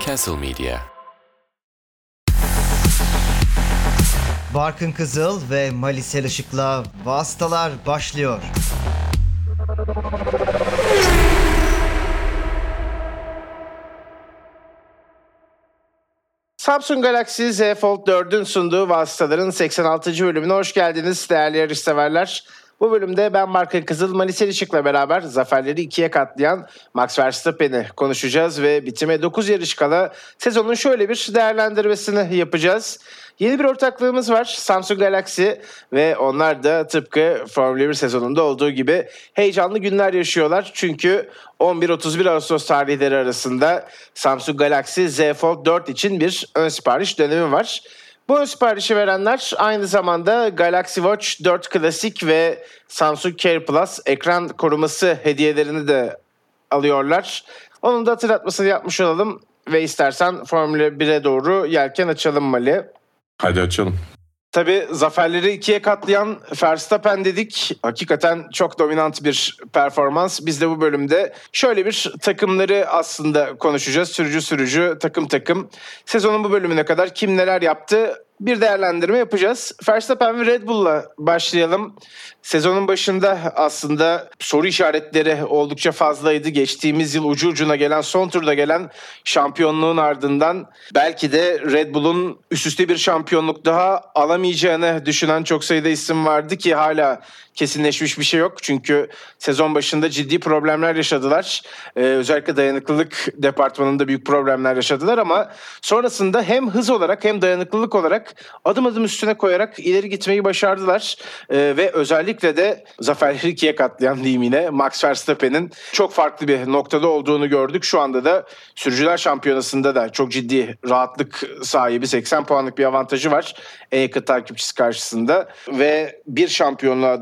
Castle Media. Barkın Kızıl ve Malisel Işık'la Vastalar başlıyor. Samsung Galaxy Z Fold 4'ün sunduğu Vastalar'ın 86. bölümüne hoş geldiniz değerli yarışseverler. Bu bölümde ben Barkın Kızıl, Malisel Işık'la beraber zaferleri ikiye katlayan Max Verstappen'i konuşacağız ve bitime 9 yarış kala sezonun şöyle bir değerlendirmesini yapacağız. Yeni bir ortaklığımız var, Samsung Galaxy, ve onlar da tıpkı Formula 1 sezonunda olduğu gibi heyecanlı günler yaşıyorlar. Çünkü 11-31 Ağustos tarihleri arasında Samsung Galaxy Z Fold 4 için bir ön sipariş dönemi var. Bu ön siparişi verenler aynı zamanda Galaxy Watch 4 Classic ve Samsung Care Plus ekran koruması hediyelerini de alıyorlar. Onun da hatırlatmasını yapmış olalım ve istersen Formula 1'e doğru yelken açalım Mali. Hadi açalım. Tabii zaferleri ikiye katlayan Verstappen dedik. Hakikaten çok dominant bir performans. Biz de bu bölümde şöyle bir takımları aslında konuşacağız. Sürücü takım. Sezonun bu bölümüne kadar kim neler yaptı bir değerlendirme yapacağız. Verstappen ve Red Bull'la başlayalım. Sezonun başında aslında soru işaretleri oldukça fazlaydı. Geçtiğimiz yıl ucu ucuna gelen, son turda gelen şampiyonluğun ardından belki de Red Bull'un üst üste bir şampiyonluk daha alamayacağını düşünen çok sayıda isim vardı ki hala kesinleşmiş bir şey yok. Çünkü sezon başında ciddi problemler yaşadılar. Özellikle dayanıklılık departmanında büyük problemler yaşadılar ama sonrasında hem hız olarak hem dayanıklılık olarak adım adım üstüne koyarak ileri gitmeyi başardılar. Ve özellikle de zaferleri ikiye katlayan diyeyim yine Max Verstappen'in çok farklı bir noktada olduğunu gördük. Şu anda da Sürücüler Şampiyonası'nda da çok ciddi rahatlık sahibi, 80 puanlık bir avantajı var en yakın takipçisi karşısında ve bir şampiyonluğa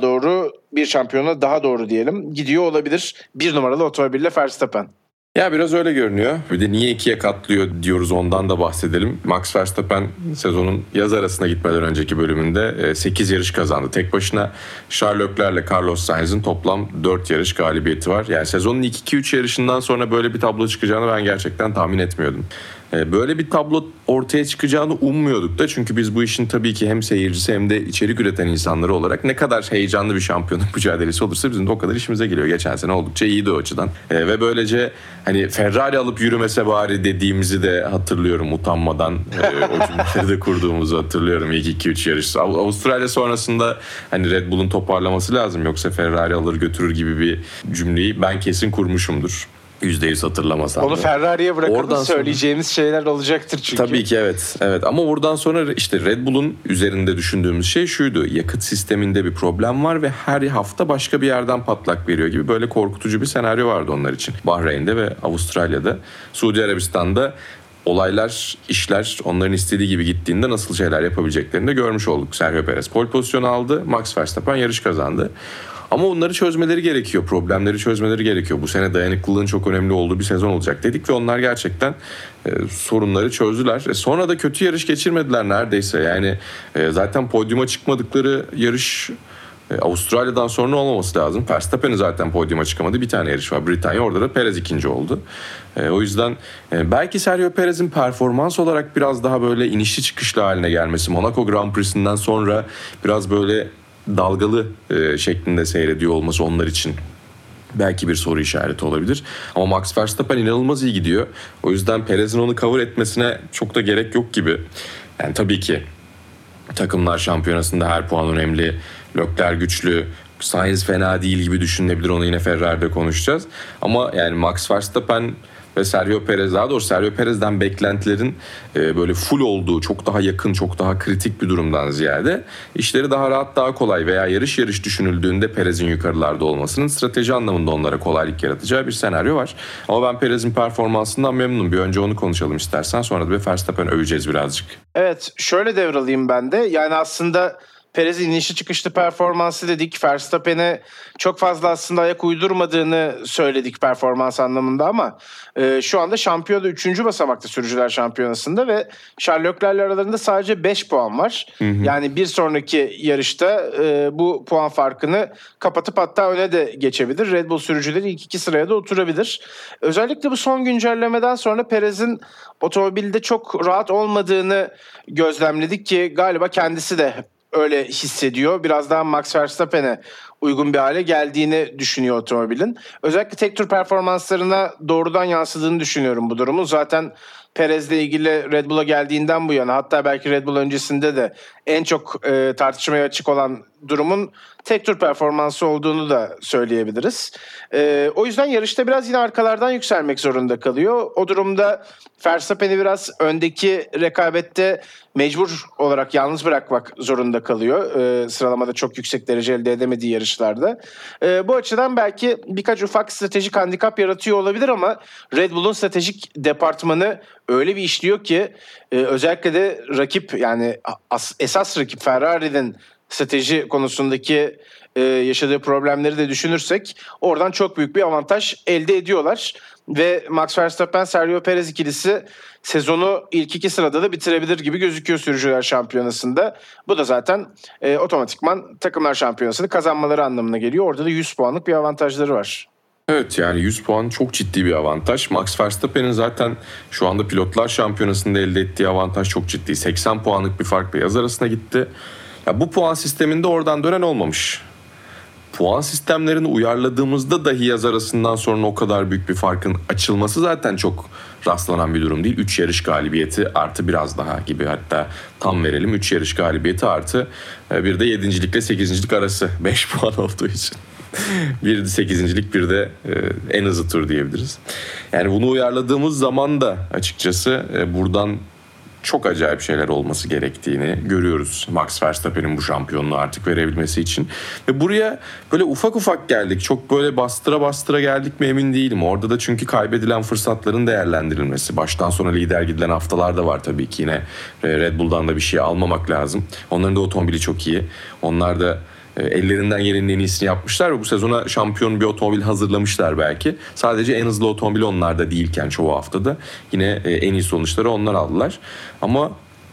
daha doğru diyelim gidiyor olabilir bir numaralı otomobille Verstappen. Ya biraz öyle görünüyor. Bir de niye ikiye katlıyor diyoruz, ondan da bahsedelim. Max Verstappen sezonun yaz arasına gitmeden önceki bölümünde 8 yarış kazandı. Tek başına Charles Leclerc'le Carlos Sainz'in toplam 4 yarış galibiyeti var. Yani sezonun ilk 2-3 yarışından sonra böyle bir tablo çıkacağını ben gerçekten tahmin etmiyordum. Böyle bir tablo ortaya çıkacağını ummuyorduk da, çünkü biz bu işin tabii ki hem seyircisi hem de içerik üreten insanları olarak ne kadar heyecanlı bir şampiyonluk mücadelesi olursa bizim de o kadar işimize geliyor. Geçen sene oldukça iyiydi o açıdan. Ve böylece hani Ferrari alıp yürümese bari dediğimizi de hatırlıyorum utanmadan. O cümleleri de kurduğumuzu hatırlıyorum ilk 2-3 yarış. Avustralya sonrasında hani Red Bull'un toparlaması lazım, yoksa Ferrari alır götürür gibi bir cümleyi ben kesin kurmuşumdur. %100 hatırlamasam. Onu Ferrari'ye bırakalım, oradan söyleyeceğimiz şeyler olacaktır çünkü. Tabii ki evet. Ama oradan sonra işte Red Bull'un üzerinde düşündüğümüz şey şuydu. Yakıt sisteminde bir problem var ve her hafta başka bir yerden patlak veriyor gibi böyle korkutucu bir senaryo vardı onlar için. Bahreyn'de ve Avustralya'da. Suudi Arabistan'da olaylar, işler onların istediği gibi gittiğinde nasıl şeyler yapabileceklerini de görmüş olduk. Sergio Perez pole pozisyonu aldı. Max Verstappen yarış kazandı. Ama onları çözmeleri gerekiyor, problemleri çözmeleri gerekiyor. Bu sene dayanıklılığın çok önemli olduğu bir sezon olacak dedik ve onlar gerçekten sorunları çözdüler. Sonra da kötü yarış geçirmediler neredeyse. Yani zaten podyuma çıkmadıkları yarış Avustralya'dan sonra olmaması lazım. Verstappen'in zaten podyuma çıkamadı. Bir tane yarış var, Britanya. Orada da Perez ikinci oldu. O yüzden belki Sergio Perez'in performans olarak biraz daha böyle inişli çıkışlı haline gelmesi, Monaco Grand Prix'sinden sonra biraz böyle dalgalı şeklinde seyrediyor olması onlar için belki bir soru işareti olabilir. Ama Max Verstappen inanılmaz iyi gidiyor. O yüzden Perez'in onu cover etmesine çok da gerek yok gibi. Yani tabii ki takımlar şampiyonasında her puan önemli. Leclerc güçlü, Sainz fena değil gibi düşünülebilir. Onu yine Ferrari'de konuşacağız. Ama yani Max Verstappen ve Sergio Perez, daha doğrusu Sergio Perez'den beklentilerin böyle full olduğu, çok daha yakın, çok daha kritik bir durumdan ziyade işleri daha rahat, daha kolay veya yarış düşünüldüğünde Perez'in yukarılarda olmasının strateji anlamında onlara kolaylık yaratacağı bir senaryo var. Ama ben Perez'in performansından memnunum. Bir önce onu konuşalım istersen, sonra da Verstappen'i öveceğiz birazcık. Evet, şöyle devralayım ben de. Yani aslında Perez'in inişli çıkışlı performansı dedik. Verstappen'e çok fazla aslında ayak uydurmadığını söyledik performans anlamında ama şu anda şampiyonada 3. basamakta sürücüler şampiyonasında ve Charles Leclerc'le aralarında sadece 5 puan var. Yani bir sonraki yarışta bu puan farkını kapatıp hatta öne de geçebilir. Red Bull sürücüleri ilk 2 sıraya da oturabilir. Özellikle bu son güncellemeden sonra Perez'in otomobilde çok rahat olmadığını gözlemledik ki galiba kendisi de öyle hissediyor. Biraz daha Max Verstappen'e uygun bir hale geldiğini düşünüyor otomobilin. Özellikle tek tur performanslarına doğrudan yansıdığını düşünüyorum bu durumun. Zaten Perez'le ilgili Red Bull'a geldiğinden bu yana, hatta belki Red Bull öncesinde de en çok tartışmaya açık olan durumun tek tur performansı olduğunu da söyleyebiliriz. O yüzden yarışta biraz yine arkalardan yükselmek zorunda kalıyor. O durumda Verstappen'i biraz öndeki rekabette mecbur olarak yalnız bırakmak zorunda kalıyor. Sıralamada çok yüksek derece elde edemediği yarışlarda. Bu açıdan belki birkaç ufak stratejik handikap yaratıyor olabilir ama Red Bull'un stratejik departmanı öyle bir işliyor ki özellikle de rakip, yani esas rakip Ferrari'nin strateji konusundaki yaşadığı problemleri de düşünürsek oradan çok büyük bir avantaj elde ediyorlar. Ve Max Verstappen, Sergio Perez ikilisi sezonu ilk 2 sırada da bitirebilir gibi gözüküyor sürücüler şampiyonasında. Bu da zaten otomatikman takımlar şampiyonasını kazanmaları anlamına geliyor. Orada da 100 puanlık bir avantajları var. Evet, yani 100 puan çok ciddi bir avantaj. Max Verstappen'in zaten şu anda pilotlar şampiyonasında elde ettiği avantaj çok ciddi. 80 puanlık bir fark beyaz arasına gitti. Ya bu puan sisteminde oradan dönen olmamış. Puan sistemlerini uyarladığımızda dahi yaz arasından sonra o kadar büyük bir farkın açılması zaten çok rastlanan bir durum değil. 3 yarış galibiyeti artı biraz daha gibi, hatta tam verelim 3 yarış galibiyeti artı bir de 7.likle 8.lik arası 5 puan olduğu için. Bir de 8.lik, bir de en hızlı tur diyebiliriz. Yani bunu uyarladığımız zaman da açıkçası buradan çok acayip şeyler olması gerektiğini görüyoruz Max Verstappen'in bu şampiyonluğu artık verebilmesi için. Ve buraya böyle ufak ufak geldik. Çok böyle bastıra bastıra geldik mi emin değilim. Orada da çünkü kaybedilen fırsatların değerlendirilmesi. Baştan sona lider gidilen haftalar da var tabii ki yine. Red Bull'dan da bir şey almamak lazım. Onların da otomobili çok iyi. Onlar da ellerinden gelenin en iyisini yapmışlar ve bu sezona şampiyon bir otomobil hazırlamışlar belki. Sadece en hızlı otomobil onlarda değilken çoğu haftada yine en iyi sonuçları onlar aldılar. Ama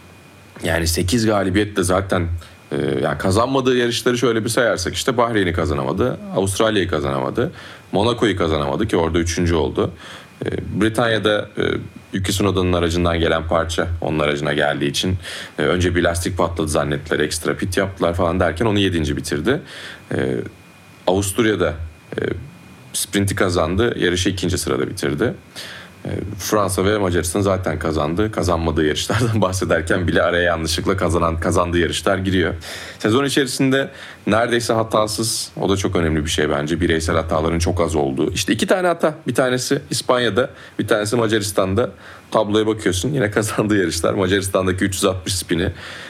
yani 8 galibiyet de zaten yani kazanmadığı yarışları şöyle bir sayarsak işte Bahreyn'i kazanamadı, Avustralya'yı kazanamadı, Monaco'yu kazanamadı ki orada 3. oldu. Britanya'da Yuki Tsunoda'nın aracından gelen parça onun aracına geldiği için önce bir lastik patladı zannettiler, ekstra pit yaptılar falan derken onu 7. bitirdi. Avusturya'da sprinti kazandı, yarışı 2. sırada bitirdi. Fransa ve Macaristan zaten kazandı. Kazanmadığı yarışlardan bahsederken bile araya yanlışlıkla kazandığı yarışlar giriyor. Sezon içerisinde neredeyse hatasız, o da çok önemli bir şey bence. Bireysel hataların çok az olduğu. İşte 2 tane hata. Bir tanesi İspanya'da, bir tanesi Macaristan'da. Tabloya bakıyorsun yine kazandığı yarışlar. Macaristan'daki 360 spini,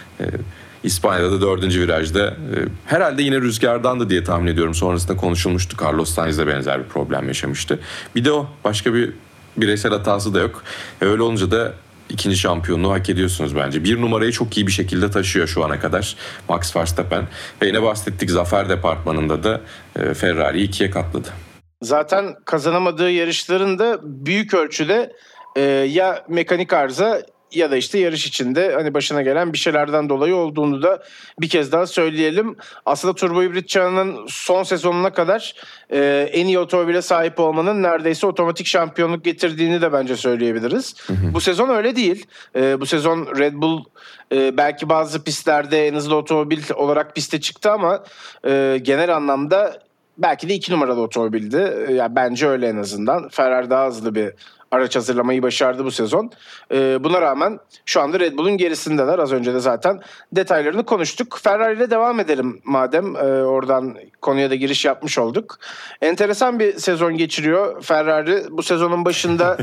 İspanya'da da 4. virajda herhalde yine rüzgardandı diye tahmin ediyorum. Sonrasında konuşulmuştu. Carlos Sainz'le benzer bir problem yaşamıştı. Bir de o, başka bir bireysel hatası da yok. Öyle olunca da 2. şampiyonluğu hak ediyorsunuz bence. 1 numarayı çok iyi bir şekilde taşıyor şu ana kadar Max Verstappen. Ve yine bahsettik, zafer departmanında da Ferrari'yi 2'ye katladı. Zaten kazanamadığı yarışların da büyük ölçüde ya mekanik arıza ya da işte yarış içinde hani başına gelen bir şeylerden dolayı olduğunu da bir kez daha söyleyelim. Aslında turbo hibrit çağının son sezonuna kadar en iyi otomobile sahip olmanın neredeyse otomatik şampiyonluk getirdiğini de bence söyleyebiliriz. Bu sezon öyle değil. Bu sezon Red Bull belki bazı pistlerde en hızlı otomobil olarak piste çıktı ama genel anlamda belki de 2 numaralı otomobildi. Yani bence öyle en azından. Ferrari daha hızlı bir araç hazırlamayı başardı bu sezon. Buna rağmen şu anda Red Bull'un gerisindeler. Az önce de zaten detaylarını konuştuk. Ferrari ile devam edelim madem. Oradan konuya da giriş yapmış olduk. Enteresan bir sezon geçiriyor Ferrari. Bu sezonun başında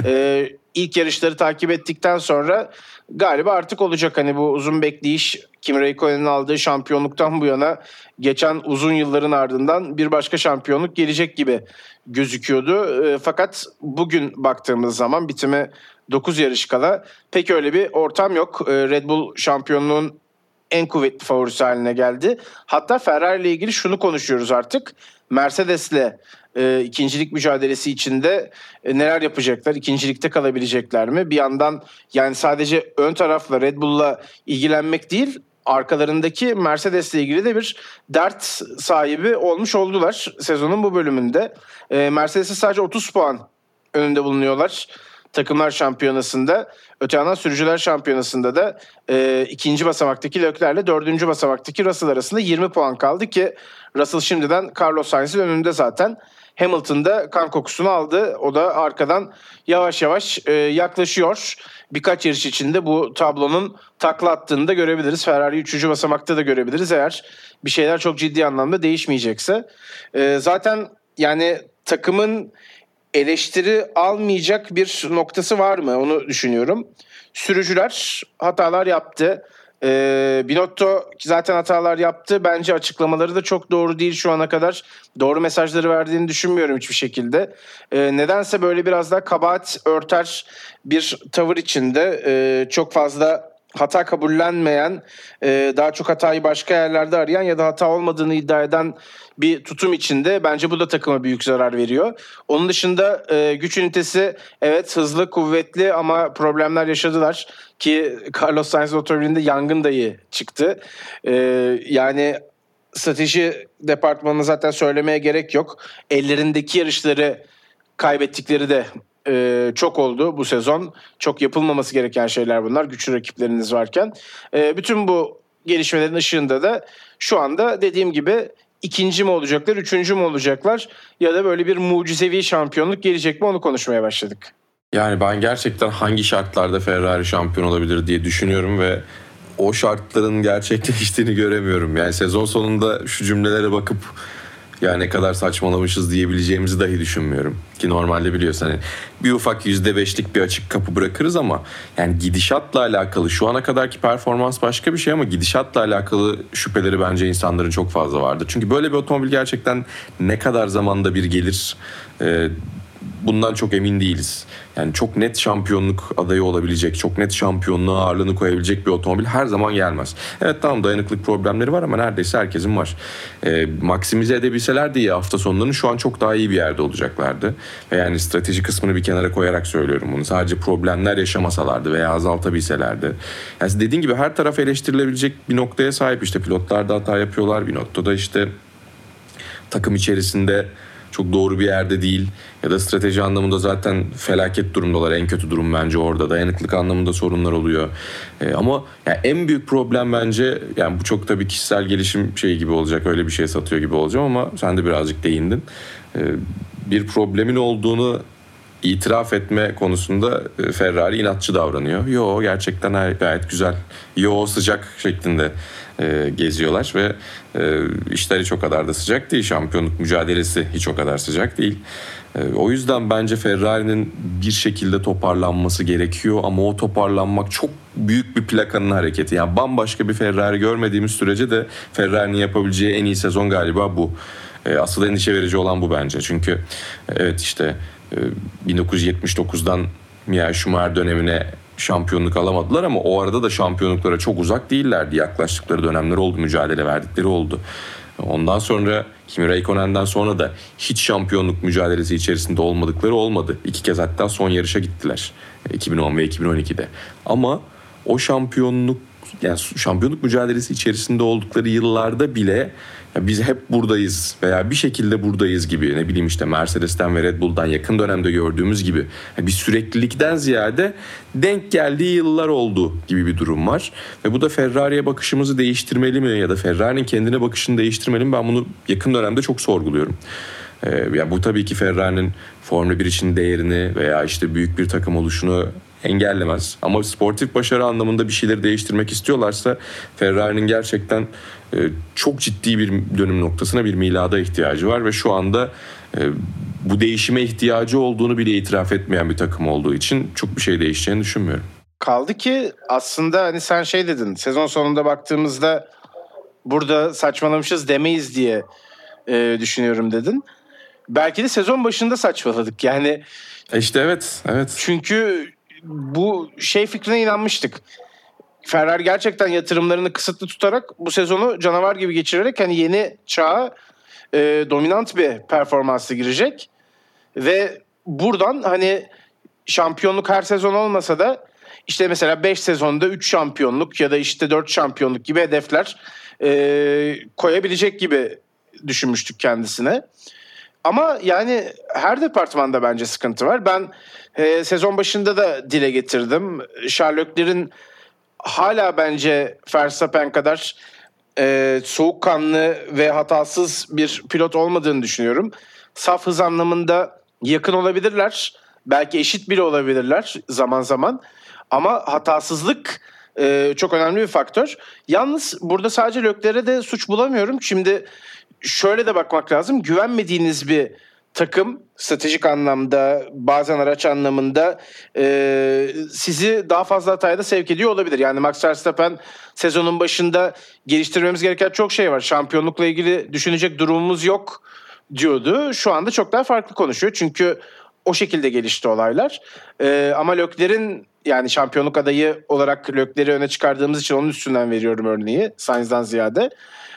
ilk yarışları takip ettikten sonra galiba artık olacak. Hani bu uzun bekleyiş, Kimi Räikkönen'in aldığı şampiyonluktan bu yana geçen uzun yılların ardından bir başka şampiyonluk gelecek gibi gözüküyordu. Fakat bugün baktığımız zaman bitime 9 yarış kala pek öyle bir ortam yok. Red Bull şampiyonluğun en kuvvetli favorisi haline geldi. Hatta Ferrari ile ilgili şunu konuşuyoruz artık. Mercedes'le ikincilik mücadelesi içinde neler yapacaklar? İkincilikte kalabilecekler mi? Bir yandan yani sadece ön tarafla Red Bull'la ilgilenmek değil, arkalarındaki Mercedes'le ilgili de bir dert sahibi olmuş oldular sezonun bu bölümünde. Mercedes'e sadece 30 puan önünde bulunuyorlar Takımlar Şampiyonası'nda. Öte yandan Sürücüler Şampiyonası'nda da ikinci basamaktaki Leclerc'le dördüncü basamaktaki Russell arasında 20 puan kaldı ki Russell şimdiden Carlos Sainz'in önünde zaten. Hamilton'da kan kokusunu aldı. O da arkadan yavaş yavaş yaklaşıyor. Birkaç yarış içinde bu tablonun takla attığını da görebiliriz. Ferrari 3. basamakta da görebiliriz eğer bir şeyler çok ciddi anlamda değişmeyecekse. Zaten yani takımın eleştiri almayacak bir noktası var mı onu düşünüyorum. Sürücüler hatalar yaptı. Binotto zaten hatalar yaptı. Bence açıklamaları da çok doğru değil şu ana kadar. Doğru mesajları verdiğini düşünmüyorum hiçbir şekilde. Nedense böyle biraz daha kabahat örter bir tavır içinde. Çok fazla hata kabullenmeyen, daha çok hatayı başka yerlerde arayan ya da hata olmadığını iddia eden bir tutum içinde. Bence bu da takıma büyük zarar veriyor. Onun dışında güç ünitesi evet hızlı, kuvvetli ama problemler yaşadılar. Ki Carlos Sainz otomobilinde yangın dahi çıktı. Yani strateji departmanına zaten söylemeye gerek yok. Ellerindeki yarışları kaybettikleri de çok oldu bu sezon. Çok yapılmaması gereken şeyler bunlar. Güçlü rakipleriniz varken. Bütün bu gelişmelerin ışığında da şu anda dediğim gibi ikinci mi olacaklar, üçüncü mü olacaklar ya da böyle bir mucizevi şampiyonluk gelecek mi onu konuşmaya başladık. Yani ben gerçekten hangi şartlarda Ferrari şampiyon olabilir diye düşünüyorum ve o şartların gerçekleştiğini göremiyorum. Yani sezon sonunda şu cümlelere bakıp ya ne kadar saçmalamışız diyebileceğimizi dahi düşünmüyorum. Ki normalde biliyorsun hani bir ufak %5'lik bir açık kapı bırakırız ama yani gidişatla alakalı şu ana kadarki performans başka bir şey ama gidişatla alakalı şüpheleri bence insanların çok fazla vardı. Çünkü böyle bir otomobil gerçekten ne kadar zamanda bir gelir bundan çok emin değiliz. Yani çok net şampiyonluk adayı olabilecek, çok net şampiyonluğa ağırlığını koyabilecek bir otomobil her zaman gelmez. Evet tamam dayanıklık problemleri var ama neredeyse herkesin var. Maksimize edebilselerdi ya hafta sonlarını şu an çok daha iyi bir yerde olacaklardı. Ve yani strateji kısmını bir kenara koyarak söylüyorum bunu. Sadece problemler yaşamasalardı veya azaltabilselerdi. Yani dediğin gibi her taraf eleştirilebilecek bir noktaya sahip. İşte pilotlar da hata yapıyorlar. Binotto işte takım içerisinde çok doğru bir yerde değil ya da strateji anlamında zaten felaket durumdalar. En kötü durum bence orada. Dayanıklık anlamında sorunlar oluyor. Ama yani en büyük problem bence yani bu çok tabii kişisel gelişim şeyi gibi olacak. Öyle bir şey satıyor gibi olacağım ama sen de birazcık değindin. Bir problemin olduğunu itiraf etme konusunda Ferrari inatçı davranıyor. Yo gerçekten gayet güzel. Yo sıcak şeklinde geziyorlar ve işler hiç o kadar da sıcak değil. Şampiyonluk mücadelesi hiç o kadar sıcak değil. O yüzden bence Ferrari'nin bir şekilde toparlanması gerekiyor ama o toparlanmak çok büyük bir plakanın hareketi. Yani bambaşka bir Ferrari görmediğimiz sürece de Ferrari'nin yapabileceği en iyi sezon galiba bu. Asıl endişe verici olan bu bence. Çünkü evet işte 1979'dan Michael Schumacher dönemine şampiyonluk alamadılar ama o arada da şampiyonluklara çok uzak değillerdi. Yaklaştıkları dönemler oldu, mücadele verdikleri oldu. Ondan sonra Kimi Räikkönen'den sonra da hiç şampiyonluk mücadelesi içerisinde olmadıkları olmadı. 2 kez hatta son yarışa gittiler. 2010 ve 2012'de. Ama o şampiyonluk mücadelesi içerisinde oldukları yıllarda bile ya biz hep buradayız veya bir şekilde buradayız gibi ne bileyim işte Mercedes'ten ve Red Bull'dan yakın dönemde gördüğümüz gibi bir süreklilikten ziyade denk geldiği yıllar oldu gibi bir durum var. Ve bu da Ferrari'ye bakışımızı değiştirmeli mi ya da Ferrari'nin kendine bakışını değiştirmeli mi ben bunu yakın dönemde çok sorguluyorum. Ya bu tabii ki Ferrari'nin Formula 1 için değerini veya işte büyük bir takım oluşunu engellemez. Ama sportif başarı anlamında bir şeyleri değiştirmek istiyorlarsa Ferrari'nin gerçekten çok ciddi bir dönüm noktasına bir milada ihtiyacı var ve şu anda bu değişime ihtiyacı olduğunu bile itiraf etmeyen bir takım olduğu için çok bir şey değişeceğini düşünmüyorum. Kaldı ki aslında hani sen şey dedin sezon sonunda baktığımızda burada saçmalamışız demeyiz diye düşünüyorum dedin. Belki de sezon başında saçmaladık yani. İşte evet. Çünkü bu şey fikrine inanmıştık. Ferrari gerçekten yatırımlarını kısıtlı tutarak bu sezonu canavar gibi geçirerek hani yeni çağa dominant bir performansla girecek. Ve buradan hani şampiyonluk her sezon olmasa da işte mesela 5 sezonda 3 şampiyonluk ya da işte 4 şampiyonluk gibi hedefler koyabilecek gibi düşünmüştük kendisine. Ama yani her departmanda bence sıkıntı var. Ben sezon başında da dile getirdim. Sherlock'lerin hala bence Verstappen kadar soğukkanlı ve hatasız bir pilot olmadığını düşünüyorum. Saf hız anlamında yakın olabilirler. Belki eşit bile olabilirler zaman zaman. Ama hatasızlık çok önemli bir faktör. Yalnız burada sadece Leclerc'e de suç bulamıyorum. Şimdi şöyle de bakmak lazım. Güvenmediğiniz bir takım stratejik anlamda, bazen araç anlamında sizi daha fazla hataya da sevk ediyor olabilir. Yani Max Verstappen sezonun başında geliştirmemiz gereken çok şey var. Şampiyonlukla ilgili düşünecek durumumuz yok diyordu. Şu anda çok daha farklı konuşuyor. Çünkü o şekilde gelişti olaylar. Ama Leclerc'in yani şampiyonluk adayı olarak Leclerc'i öne çıkardığımız için onun üstünden veriyorum örneği Sainz'dan ziyade.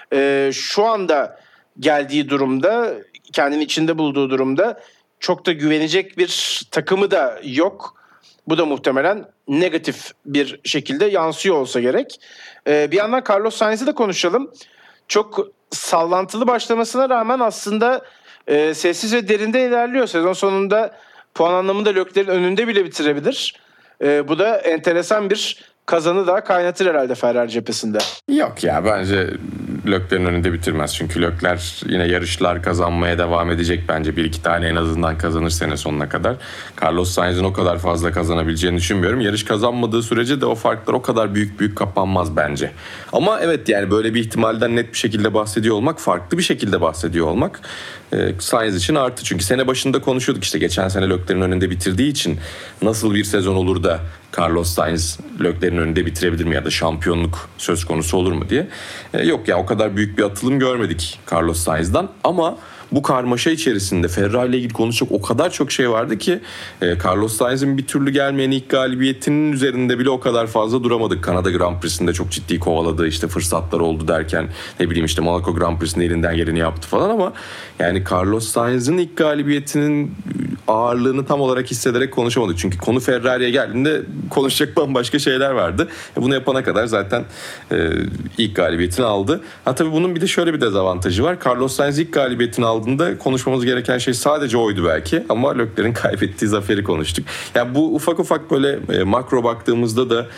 Şu anda geldiği durumda, kendini içinde bulduğu durumda çok da güvenecek bir takımı da yok. Bu da muhtemelen negatif bir şekilde yansıyor olsa gerek. Bir yandan Carlos Sainz'i de konuşalım. Çok sallantılı başlamasına rağmen aslında sessiz ve derinde ilerliyor. Sezon sonunda puan anlamında Leclerc'in önünde bile bitirebilir. Bu da enteresan bir kazanı daha kaynatır herhalde Ferrari cephesinde. Yok ya, bence Leclerc'in önünde bitirmez. Çünkü Leclerc yine yarışlar kazanmaya devam edecek bence. 1-2 tane en azından kazanır sene sonuna kadar. Carlos Sainz'in o kadar fazla kazanabileceğini düşünmüyorum. Yarış kazanmadığı sürece de o farklar o kadar büyük kapanmaz bence. Ama evet, yani böyle bir ihtimalden net bir şekilde bahsediyor olmak, farklı bir şekilde bahsediyor olmak Sainz için artı. Çünkü sene başında konuşuyorduk, işte geçen sene Leclerc'in önünde bitirdiği için nasıl bir sezon olur da Carlos Sainz Leclerc'in önünde bitirebilir mi ya da şampiyonluk söz konusu olur mu diye. Yok ya, o kadar büyük bir atılım görmedik Carlos Sainz'dan, ama bu karmaşa içerisinde Ferrari ile ilgili konuşacak o kadar çok şey vardı ki Carlos Sainz'in bir türlü gelmeyen ilk galibiyetinin üzerinde bile o kadar fazla duramadık. Kanada Grand Prix'sinde çok ciddi kovaladığı işte fırsatlar oldu derken, ne bileyim işte Monaco Grand Prix'sinde elinden geleni yaptı falan, ama yani Carlos Sainz'in ilk galibiyetinin ağırlığını tam olarak hissederek konuşamadık. Çünkü konu Ferrari'ye geldiğinde konuşacak bambaşka şeyler vardı. Bunu yapana kadar zaten ilk galibiyetini aldı. Ha tabii bunun bir de şöyle bir dezavantajı var. Carlos Sainz ilk galibiyetini aldığında konuşmamız gereken şey sadece oydu belki. Ama Leclerc'in kaybettiği zaferi konuştuk. Yani bu ufak böyle makro baktığımızda da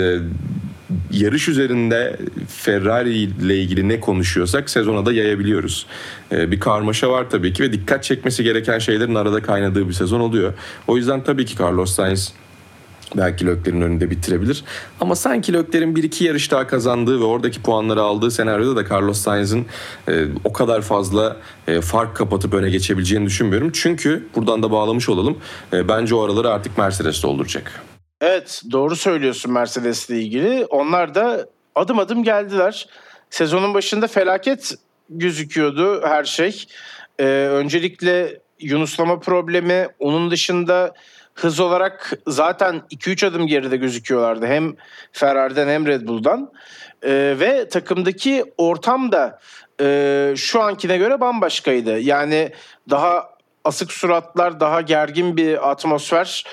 yarış üzerinde Ferrari ile ilgili ne konuşuyorsak sezona da yayabiliyoruz. Bir karmaşa var tabii ki ve dikkat çekmesi gereken şeylerin arada kaynadığı bir sezon oluyor. O yüzden tabii ki Carlos Sainz belki Leclerc'in önünde bitirebilir. Ama sanki Leclerc'in 1-2 yarış daha kazandığı ve oradaki puanları aldığı senaryoda da Carlos Sainz'in o kadar fazla fark kapatıp öne geçebileceğini düşünmüyorum. Çünkü buradan da bağlamış olalım. Bence o araları artık Mercedes dolduracak. Evet, doğru söylüyorsun Mercedes'le ilgili. Onlar da adım adım geldiler. Sezonun başında felaket gözüküyordu her şey. Öncelikle yunuslama problemi, onun dışında hız olarak zaten 2-3 adım geride gözüküyorlardı. Hem Ferrari'den hem Red Bull'dan. Ve takımdaki ortam da şu ankine göre bambaşkaydı. Yani daha asık suratlar, daha gergin bir atmosfer.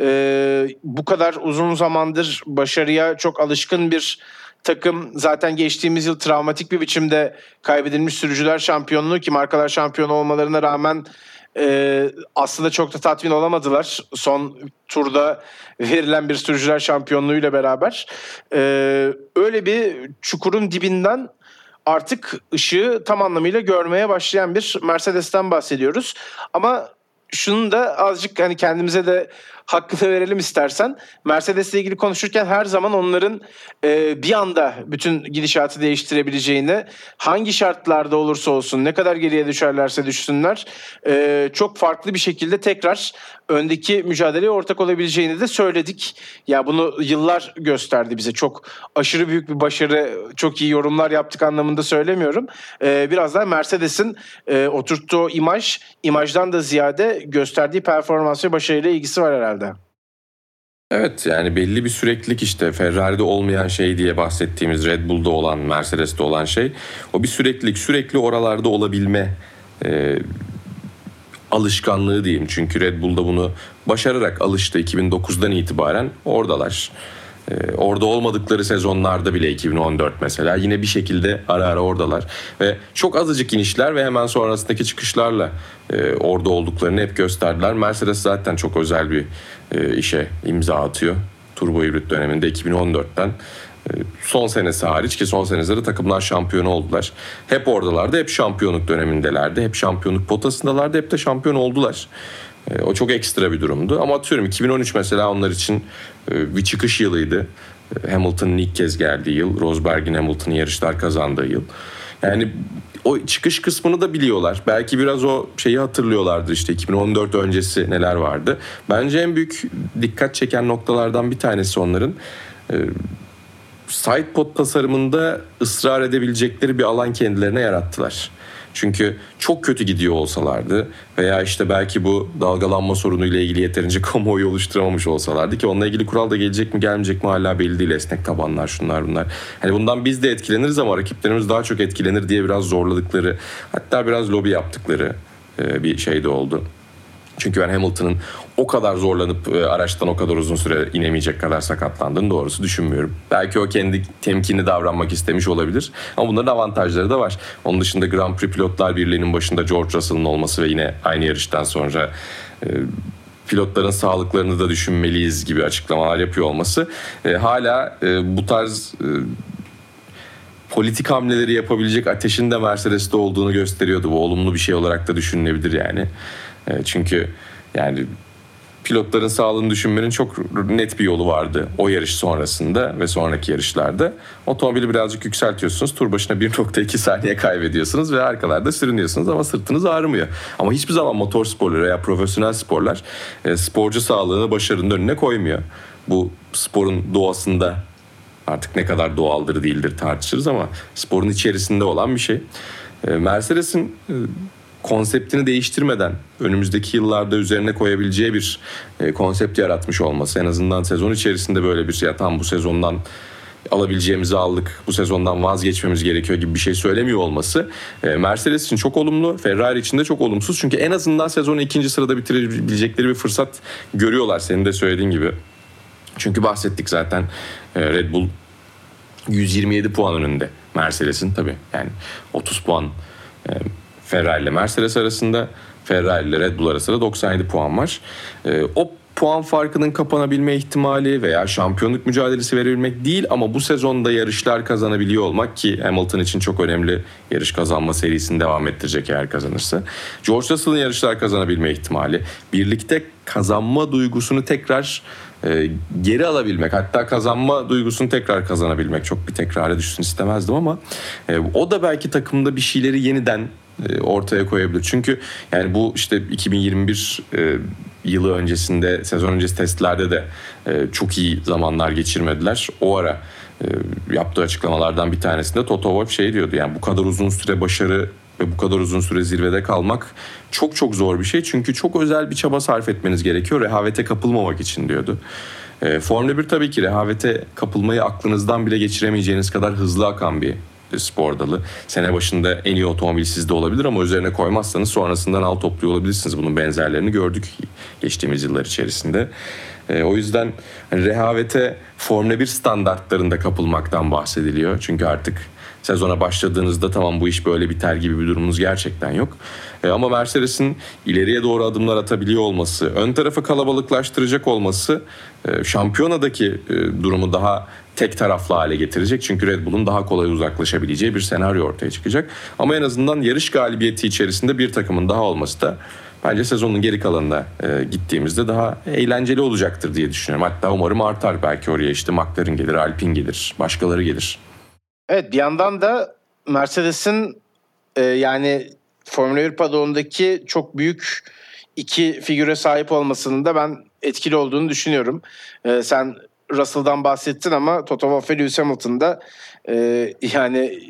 Bu kadar uzun zamandır başarıya çok alışkın bir takım, zaten geçtiğimiz yıl travmatik bir biçimde kaybedilmiş sürücüler şampiyonluğu, ki markalar şampiyon olmalarına rağmen aslında çok da tatmin olamadılar son turda verilen bir sürücüler şampiyonluğuyla beraber. Öyle bir çukurun dibinden artık ışığı tam anlamıyla görmeye başlayan bir Mercedes'ten bahsediyoruz. Ama şunu da azıcık hani kendimize de hakkını verelim istersen. Mercedes'le ilgili konuşurken her zaman onların bir anda bütün gidişatı değiştirebileceğini, hangi şartlarda olursa olsun, ne kadar geriye düşerlerse düşsünler, çok farklı bir şekilde tekrar öndeki mücadeleye ortak olabileceğini de söyledik. Ya bunu yıllar gösterdi bize. Çok aşırı büyük bir başarı, çok iyi yorumlar yaptık anlamında söylemiyorum. Biraz daha Mercedes'in oturttuğu imajdan da ziyade gösterdiği performans ve başarıyla ilgisi var herhalde. Evet, yani belli bir süreklilik, işte Ferrari'de olmayan şey diye bahsettiğimiz Red Bull'da olan, Mercedes'te olan şey. O bir süreklilik, sürekli oralarda olabilme alışkanlığı diyeyim. Çünkü Red Bull'da bunu başararak alıştı. 2009'dan itibaren oradalar. Orada olmadıkları sezonlarda bile 2014 mesela yine bir şekilde ara ara oradalar. Ve çok azıcık inişler ve hemen sonrasındaki çıkışlarla orada olduklarını hep gösterdiler. Mercedes zaten çok özel bir işe imza atıyor. Turbo hibrit döneminde 2014'ten son senesi hariç, ki son senede takımlar şampiyonu oldular. Hep oradalardı, hep şampiyonluk dönemindelerdi, hep şampiyonluk potasındalardı, hep de şampiyon oldular. O çok ekstra bir durumdu. Ama atıyorum 2013 mesela onlar için bir çıkış yılıydı. Hamilton'ın ilk kez geldiği yıl, Rosberg'in Hamilton'ın yarışlar kazandığı yıl. Yani o çıkış kısmını da biliyorlar. Belki biraz o şeyi hatırlıyorlardır, işte 2014 öncesi neler vardı. Bence en büyük dikkat çeken noktalardan bir tanesi onların sidepod tasarımında ısrar edebilecekleri bir alan kendilerine yarattılar. Çünkü çok kötü gidiyor olsalardı veya işte belki bu dalgalanma sorunuyla ilgili yeterince kamuoyu oluşturamamış olsalardı, ki onunla ilgili kural da gelecek mi gelmeyecek mi hala belli değil. Esnek tabanlar, şunlar bunlar. Hani bundan biz de etkileniriz ama rakiplerimiz daha çok etkilenir diye biraz zorladıkları, hatta biraz lobi yaptıkları bir şey de oldu. Çünkü ben Hamilton'ın o kadar zorlanıp araçtan o kadar uzun süre inemeyecek kadar sakatlandığını doğrusu düşünmüyorum. Belki o kendi temkinli davranmak istemiş olabilir. Ama bunların avantajları da var. Onun dışında Grand Prix Pilotlar Birliği'nin başında George Russell'ın olması ve yine aynı yarıştan sonra pilotların sağlıklarını da düşünmeliyiz gibi açıklamalar yapıyor olması hala bu tarz politik hamleleri yapabilecek ateşin de Mercedes'te olduğunu gösteriyordu. Bu olumlu bir şey olarak da düşünülebilir yani. Çünkü yani pilotların sağlığını düşünmenin çok net bir yolu vardı o yarış sonrasında ve sonraki yarışlarda. Otomobili birazcık yükseltiyorsunuz, tur başına 1.2 saniye kaybediyorsunuz ve arkalarda sürünüyorsunuz ama sırtınız ağrımıyor. Ama hiçbir zaman motor sporları veya profesyonel sporlar sporcu sağlığını başarının önüne koymuyor. Bu sporun doğasında, artık ne kadar doğaldır değildir tartışırız ama sporun içerisinde olan bir şey. Mercedes'in konseptini değiştirmeden önümüzdeki yıllarda üzerine koyabileceği bir konsept yaratmış olması, en azından sezon içerisinde böyle bir, ya tam bu sezondan alabileceğimizi aldık, bu sezondan vazgeçmemiz gerekiyor gibi bir şey söylemiyor olması Mercedes için çok olumlu, Ferrari için de çok olumsuz. Çünkü en azından sezonu ikinci sırada bitirebilecekleri bir fırsat görüyorlar, senin de söylediğin gibi. Çünkü bahsettik zaten, Red Bull 127 puan önünde Mercedes'in, tabii yani 30 puan Ferrari ile Mercedes arasında, Ferrari ile Red Bull arasında 97 puan var. O puan farkının kapanabilme ihtimali veya şampiyonluk mücadelesi verebilmek değil ama bu sezonda yarışlar kazanabiliyor olmak, ki Hamilton için çok önemli, yarış kazanma serisini devam ettirecek eğer kazanırsa. George Russell'ın yarışlar kazanabilme ihtimali, birlikte kazanma duygusunu tekrar geri alabilmek, hatta kazanma duygusunu tekrar kazanabilmek. Çok bir tekrara düşsün istemezdim ama o da belki takımda bir şeyleri yeniden ortaya koyabilir. Çünkü yani bu işte 2021 yılı öncesinde, sezon öncesi testlerde de çok iyi zamanlar geçirmediler. O ara yaptığı açıklamalardan bir tanesinde Toto Wolff şey diyordu, yani bu kadar uzun süre başarı ve bu kadar uzun süre zirvede kalmak çok çok zor bir şey. Çünkü çok özel bir çaba sarf etmeniz gerekiyor rehavete kapılmamak için diyordu. Formula 1 tabii ki rehavete kapılmayı aklınızdan bile geçiremeyeceğiniz kadar hızlı akan bir spor dalı. Sene başında en iyi otomobil sizde olabilir ama üzerine koymazsanız sonrasından al topluyor olabilirsiniz. Bunun benzerlerini gördük geçtiğimiz yıllar içerisinde. O yüzden hani rehavete Formula 1 standartlarında kapılmaktan bahsediliyor. Çünkü artık sezona başladığınızda tamam bu iş böyle biter gibi bir durumunuz gerçekten yok. Ama Mercedes'in ileriye doğru adımlar atabiliyor olması, ön tarafı kalabalıklaştıracak olması şampiyonadaki durumu daha tek taraflı hale getirecek. Çünkü Red Bull'un daha kolay uzaklaşabileceği bir senaryo ortaya çıkacak. Ama en azından yarış galibiyeti içerisinde bir takımın daha olması da bence sezonun geri kalanına gittiğimizde daha eğlenceli olacaktır diye düşünüyorum. Hatta umarım artar, belki oraya işte McLaren gelir, Alpine gelir, başkaları gelir. Evet, bir yandan da Mercedes'in yani Formula 1 paddoğundaki çok büyük iki figüre sahip olmasının da ben etkili olduğunu düşünüyorum. Sen Russell'dan bahsettin ama Toto Wolff ve Lewis Hamilton'da yani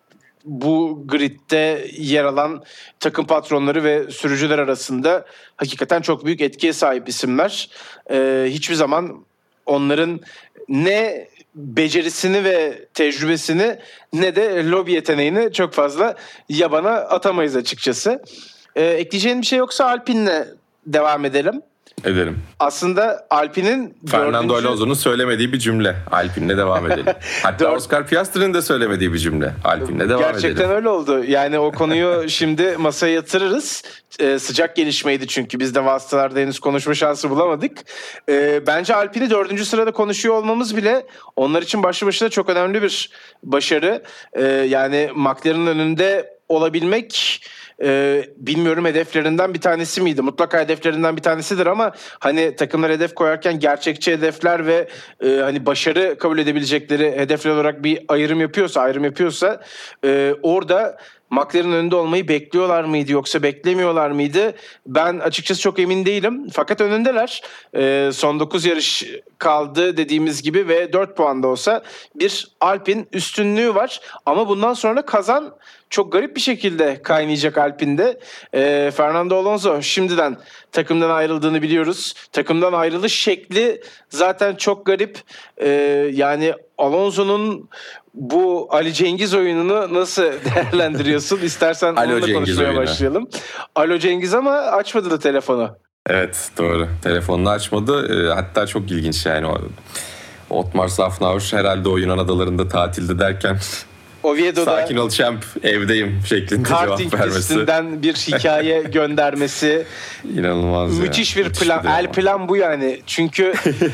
bu gridde yer alan takım patronları ve sürücüler arasında hakikaten çok büyük etkiye sahip isimler. Hiçbir zaman onların ne becerisini ve tecrübesini ne de lobi yeteneğini çok fazla yabana atamayız açıkçası. Ekleyeceğin bir şey yoksa Alpine'le devam edelim. Edelim. Aslında Alpine'in Fernando Alonso'nun söylemediği bir cümle. Alpine'le devam edelim. Hatta Oscar Piastri'nin de söylemediği bir cümle. Alpine'le devam edelim. Gerçekten öyle oldu. Yani o konuyu şimdi masaya yatırırız. Sıcak gelişmeydi çünkü biz de vasıtalarda henüz konuşma şansı bulamadık. Bence Alpine'i 4. sırada konuşuyor olmamız bile onlar için başlı başına çok önemli bir başarı. Yani McLaren'ın önünde olabilmek... bilmiyorum hedeflerinden bir tanesi miydi? Mutlaka hedeflerinden bir tanesidir ama hani takımlar hedef koyarken gerçekçi hedefler ve hani başarı kabul edebilecekleri hedefler olarak bir ayrım yapıyorsa orada McLaren'ın önünde olmayı bekliyorlar mıydı yoksa beklemiyorlar mıydı? Ben açıkçası çok emin değilim. Fakat önündeler. Son 9 yarış kaldı dediğimiz gibi ve 4 puan da olsa bir Alpine üstünlüğü var. Ama bundan sonra kazan çok garip bir şekilde kaynayacak Alpine'de. Fernando Alonso şimdiden takımdan ayrıldığını biliyoruz. Takımdan ayrılış şekli zaten çok garip. Yani Alonso'nun bu Ali Cengiz oyununu nasıl değerlendiriyorsun? İstersen onunla konuşmaya başlayalım. Alo Cengiz ama açmadı da telefonu. Evet doğru. Telefonunu açmadı. Hatta çok ilginç yani. Otmar Safnauer herhalde o Yunan adalarında tatilde derken Oviedo'da sakin ol champ evdeyim şeklinde cevap vermesi. Karting pistinden bir hikaye göndermesi. İnanılmaz müthiş bir plan. El plan bu yani. Çünkü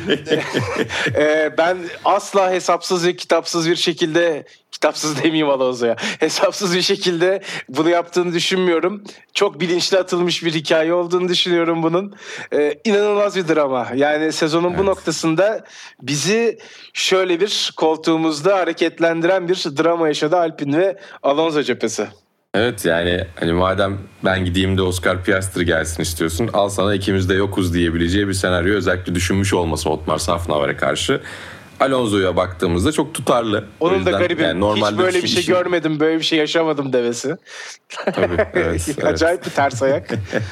ben asla hesapsız ve kitapsız bir şekilde kitapsız demeyeyim Alonso'ya. Hesapsız bir şekilde bunu yaptığını düşünmüyorum. Çok bilinçli atılmış bir hikaye olduğunu düşünüyorum bunun. İnanılmaz bir drama. Yani sezonun bu noktasında bizi şöyle bir koltuğumuzda hareketlendiren bir drama yaşadı Alpine ve Alonso cephesi. Evet yani hani madem ben gideyim de Oscar Piastri gelsin istiyorsun, al sana ikimiz de yokuz diyebileceği bir senaryo özellikle düşünmüş olması Otmar Safnauer'e karşı. Alonso'ya baktığımızda çok tutarlı. Onun da garibim. Yani hiç böyle bir şey görmedim, böyle bir şey yaşamadım demesi. Tabii, evet. Acayip bir ters ayak.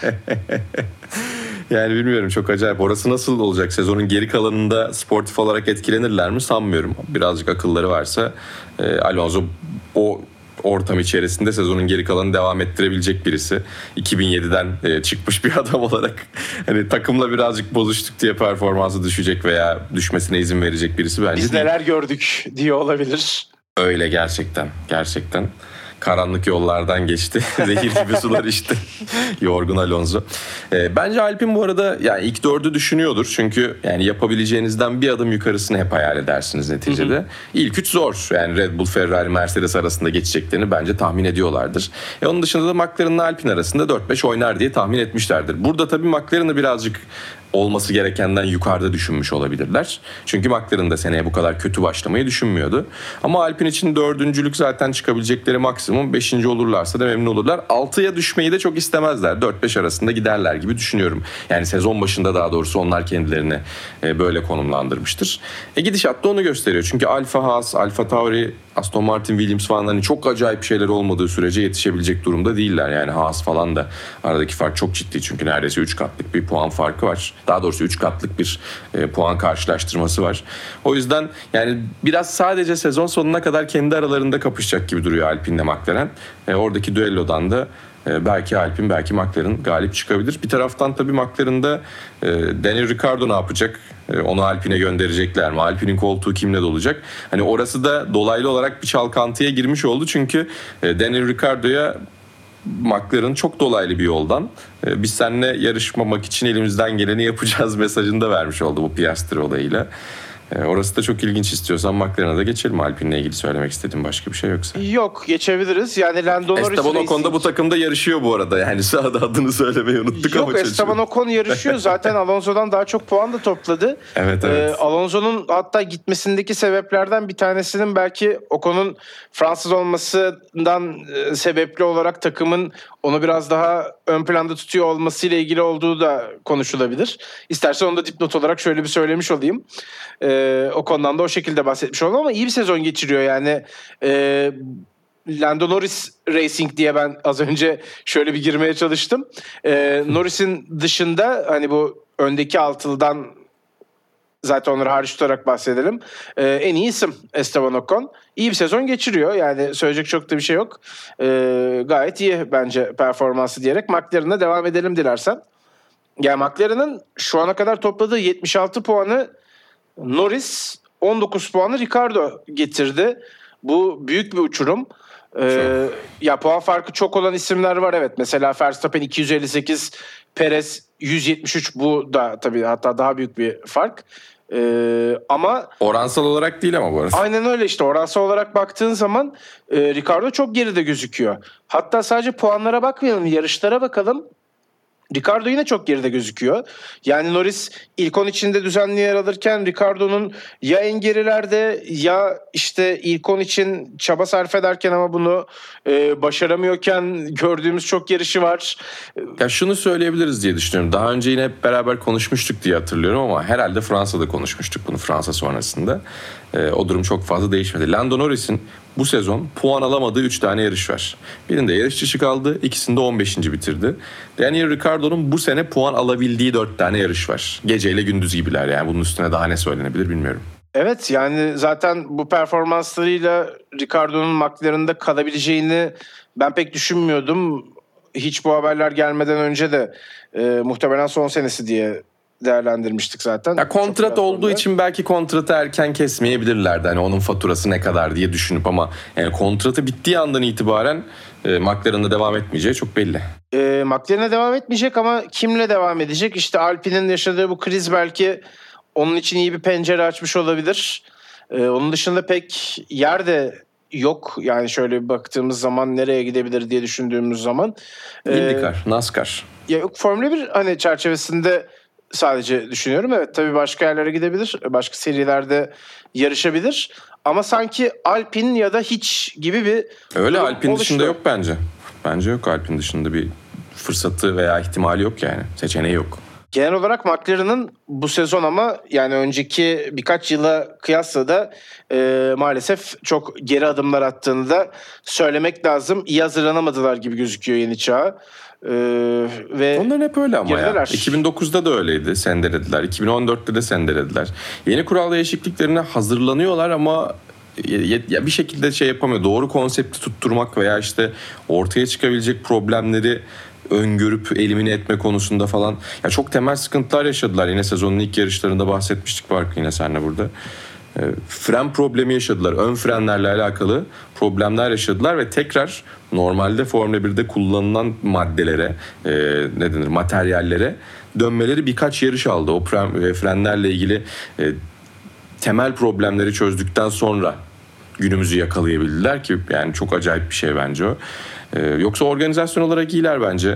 Yani bilmiyorum, çok acayip. Orası nasıl olacak? Sezonun geri kalanında sportif olarak etkilenirler mi? Sanmıyorum. Birazcık akılları varsa Alonso o ortam içerisinde sezonun geri kalanını devam ettirebilecek birisi. 2007'den çıkmış bir adam olarak hani takımla birazcık bozuştuk diye performansı düşecek veya düşmesine izin verecek birisi bence biz değil. Neler gördük diye olabilir. Öyle gerçekten. Karanlık yollardan geçti. Zehir gibi sular içti. Yorgun Alonso. Bence Alpine bu arada yani ilk 4'ü düşünüyordur. Çünkü yani yapabileceğinizden bir adım yukarısını hep hayal edersiniz neticede. Hı-hı. İlk 3 zor. Yani Red Bull, Ferrari, Mercedes arasında geçeceklerini bence tahmin ediyorlardır. Onun dışında da McLaren'la Alpine arasında 4-5 oynar diye tahmin etmişlerdir. Burada tabii McLaren'ı birazcık olması gerekenden yukarıda düşünmüş olabilirler. Çünkü McLaren da seneye bu kadar kötü başlamayı düşünmüyordu. Ama Alpine için 4.'lük zaten çıkabilecekleri maksimum. 5. olurlarsa da memnun olurlar. 6'ya düşmeyi de çok istemezler. 4-5 arasında giderler gibi düşünüyorum. Yani sezon başında daha doğrusu onlar kendilerini böyle konumlandırmıştır. Gidişat da onu gösteriyor. Çünkü Alfa Haas, Alfa Tauri, Aston Martin, Williams falan hani çok acayip şeyler olmadığı sürece yetişebilecek durumda değiller. Yani Haas falan da aradaki fark çok ciddi. Çünkü neredeyse 3 katlık bir puan farkı var. Daha doğrusu 3 katlık bir puan karşılaştırması var. O yüzden yani biraz sadece sezon sonuna kadar kendi aralarında kapışacak gibi duruyor Alpine'le McLaren. Oradaki düellodan da belki Alpine, belki McLaren galip çıkabilir. Bir taraftan tabii McLaren'da Daniel Ricciardo ne yapacak? Onu Alpine'e gönderecekler mi? Alpine'in koltuğu kimle dolacak? Hani orası da dolaylı olarak bir çalkantıya girmiş oldu. Çünkü Daniel Ricciardo'ya McLaren çok dolaylı bir yoldan biz seninle yarışmamak için elimizden geleni yapacağız mesajını da vermiş oldu bu Piastri olayıyla. Orası da çok ilginç. İstiyorsan McLaren'a da geçelim. Alpine'le ilgili söylemek istediğim başka bir şey yoksa. Yok, geçebiliriz. Yani Lando Norris Esteban Ocon da bu takımda yarışıyor bu arada. Yani sahada adını söylemeyi unuttuk ama. Yok, Esteban Ocon yarışıyor. Zaten Alonso'dan daha çok puan da topladı. Evet. Alonso'nun hatta gitmesindeki sebeplerden bir tanesinin belki Ocon'un Fransız olmasından sebepli olarak takımın onu biraz daha ön planda tutuyor olmasıyla ilgili olduğu da konuşulabilir. İstersen onu da dipnot olarak şöyle bir söylemiş olayım. O konudan da o şekilde bahsetmiş oldum ama iyi bir sezon geçiriyor yani. Lando Norris Racing diye ben az önce şöyle bir girmeye çalıştım. Norris'in dışında hani bu öndeki altılıdan zaten onları hariç tutarak bahsedelim. En iyi isim Esteban Ocon. İyi bir sezon geçiriyor. Yani söyleyecek çok da bir şey yok. Gayet iyi bence performansı diyerek McLaren'a devam edelim dilersen. Yani McLaren'ın şu ana kadar topladığı 76 puanı Norris, 19 puanı Ricardo getirdi. Bu büyük bir uçurum. Ya puan farkı çok olan isimler var, evet. Mesela Verstappen 258, Perez 173, bu da tabii hatta daha büyük bir fark. Ama Oransal olarak değil ama bu arada. aynen öyle işte, oransal olarak baktığın zaman Ricardo çok geride gözüküyor. Hatta sadece puanlara bakmayalım, yarışlara bakalım. Ricardo yine çok geride gözüküyor. Yani Norris ilk 10 içinde düzenli yer alırken Ricardo'nun ya en gerilerde ya işte ilk 10 için çaba sarf ederken ama bunu başaramıyorken gördüğümüz çok yarışı var. Ya şunu söyleyebiliriz diye düşünüyorum. Daha önce yine hep beraber konuşmuştuk diye hatırlıyorum ama herhalde Fransa'da konuşmuştuk bunu, Fransa sonrasında. O durum çok fazla değişmedi. Lando Norris'in bu sezon puan alamadığı 3 tane yarış var. Birinde yarış dışı kaldı, ikisinde 15. bitirdi. Daniel Ricciardo'nun bu sene puan alabildiği 4 tane yarış var. Geceyle gündüz gibiler yani, bunun üstüne daha ne söylenebilir bilmiyorum. Evet, yani zaten bu performanslarıyla Ricardo'nun McLaren'da kalabileceğini ben pek düşünmüyordum. Hiç bu haberler gelmeden önce de muhtemelen son senesi diye değerlendirmiştik zaten. Ya kontrat olduğu için belki kontratı erken kesmeyebilirlerdi. Hani onun faturası ne kadar diye düşünüp, ama yani kontratı bittiği andan itibaren McLaren'da devam etmeyeceği çok belli. McLaren'e devam etmeyecek ama kimle devam edecek? İşte Alpine'in yaşadığı bu kriz belki onun için iyi bir pencere açmış olabilir. Onun dışında pek yer de yok. Yani şöyle bir baktığımız zaman nereye gidebilir diye düşündüğümüz zaman. IndyCar, NASCAR. Ya yok, Formula 1 hani çerçevesinde sadece düşünüyorum. Evet, tabii başka yerlere gidebilir. Başka serilerde yarışabilir. Ama sanki Alpine ya da hiç gibi bir Öyle, durum Alpine oluştu. dışında yok bence. Bence yok, Alpine dışında bir fırsatı veya ihtimali yok yani. Seçeneği yok. Genel olarak McLaren'ın bu sezon ama yani önceki birkaç yıla kıyasla da maalesef çok geri adımlar attığını da söylemek lazım. İyi hazırlanamadılar gibi gözüküyor yeni çağa. Ve onların hep öyle ama gerideler. ya. 2009'da da öyleydi, sendelediler. 2014'te de sendelediler. Yeni kural değişikliklerine hazırlanıyorlar ama ya bir şekilde şey yapamıyor. Doğru konsepti tutturmak veya işte ortaya çıkabilecek problemleri öngörüp elimine etme konusunda falan ya çok temel sıkıntılar yaşadılar. Yine sezonun ilk yarışlarında bahsetmiştik Barkı, yine seninle burada. Fren problemi yaşadılar. Ön frenlerle alakalı problemler yaşadılar ve tekrar normalde Formula 1'de kullanılan maddelere, ne denir, materyallere dönmeleri birkaç yarış aldı. O frenlerle ilgili temel problemleri çözdükten sonra günümüzü yakalayabildiler ki yani çok acayip bir şey bence o. Yoksa organizasyon olarak iyiler bence.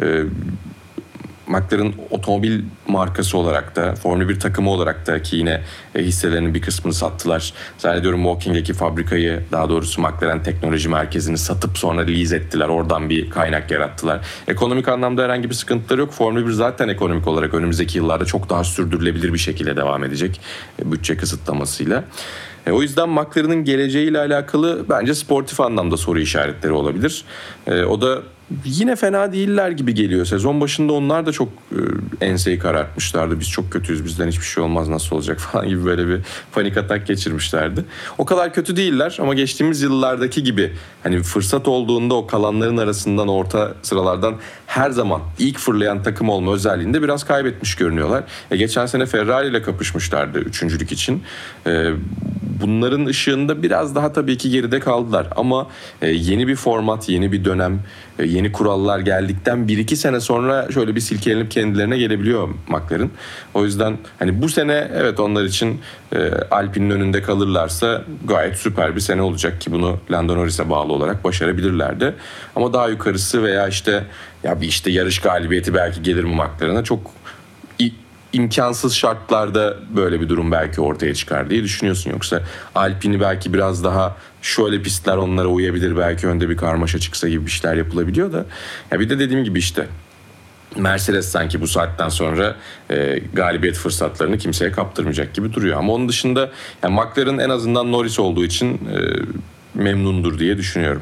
McLaren otomobil markası olarak da, Formula 1 takımı olarak da ki yine hisselerinin bir kısmını sattılar. Zannediyorum Woking'deki fabrikayı, daha doğrusu McLaren Teknoloji Merkezi'ni satıp sonra lease ettiler. Oradan bir kaynak yarattılar. Ekonomik anlamda herhangi bir sıkıntıları yok. Formula 1 zaten ekonomik olarak önümüzdeki yıllarda çok daha sürdürülebilir bir şekilde devam edecek bütçe kısıtlamasıyla. O yüzden McLaren'ın geleceğiyle alakalı bence sportif anlamda soru işaretleri olabilir. O da yine fena değiller gibi geliyor. Sezon başında onlar da çok enseyi karartmışlardı. Biz çok kötüyüz, bizden hiçbir şey olmaz, nasıl olacak falan gibi böyle bir panik atak geçirmişlerdi. O kadar kötü değiller ama geçtiğimiz yıllardaki gibi hani fırsat olduğunda o kalanların arasından, orta sıralardan her zaman ilk fırlayan takım olma özelliğini de biraz kaybetmiş görünüyorlar. Geçen sene Ferrari ile kapışmışlardı üçüncülük için. Bunların ışığında biraz daha tabii ki geride kaldılar ama yeni bir format, yeni bir dönem, yeni kurallar geldikten 1-2 sene sonra şöyle bir silkelenip kendilerine gelebiliyor McLaren. O yüzden hani bu sene evet onlar için Alpine'in önünde kalırlarsa gayet süper bir sene olacak ki bunu Lando Norris'e bağlı olarak başarabilirlerdi. Ama daha yukarısı veya işte ya bir işte yarış galibiyeti belki gelir mi McLaren'a, çok imkansız şartlarda böyle bir durum belki ortaya çıkar diye düşünüyorsun. Yoksa Alpine'i belki biraz daha şöyle pistler onlara uyabilir, belki önde bir karmaşa çıksa gibi bir şeyler yapılabiliyor da. Ya bir de dediğim gibi işte Mercedes sanki bu saatten sonra galibiyet fırsatlarını kimseye kaptırmayacak gibi duruyor. Ama onun dışında yani McLaren en azından Norris olduğu için memnundur diye düşünüyorum.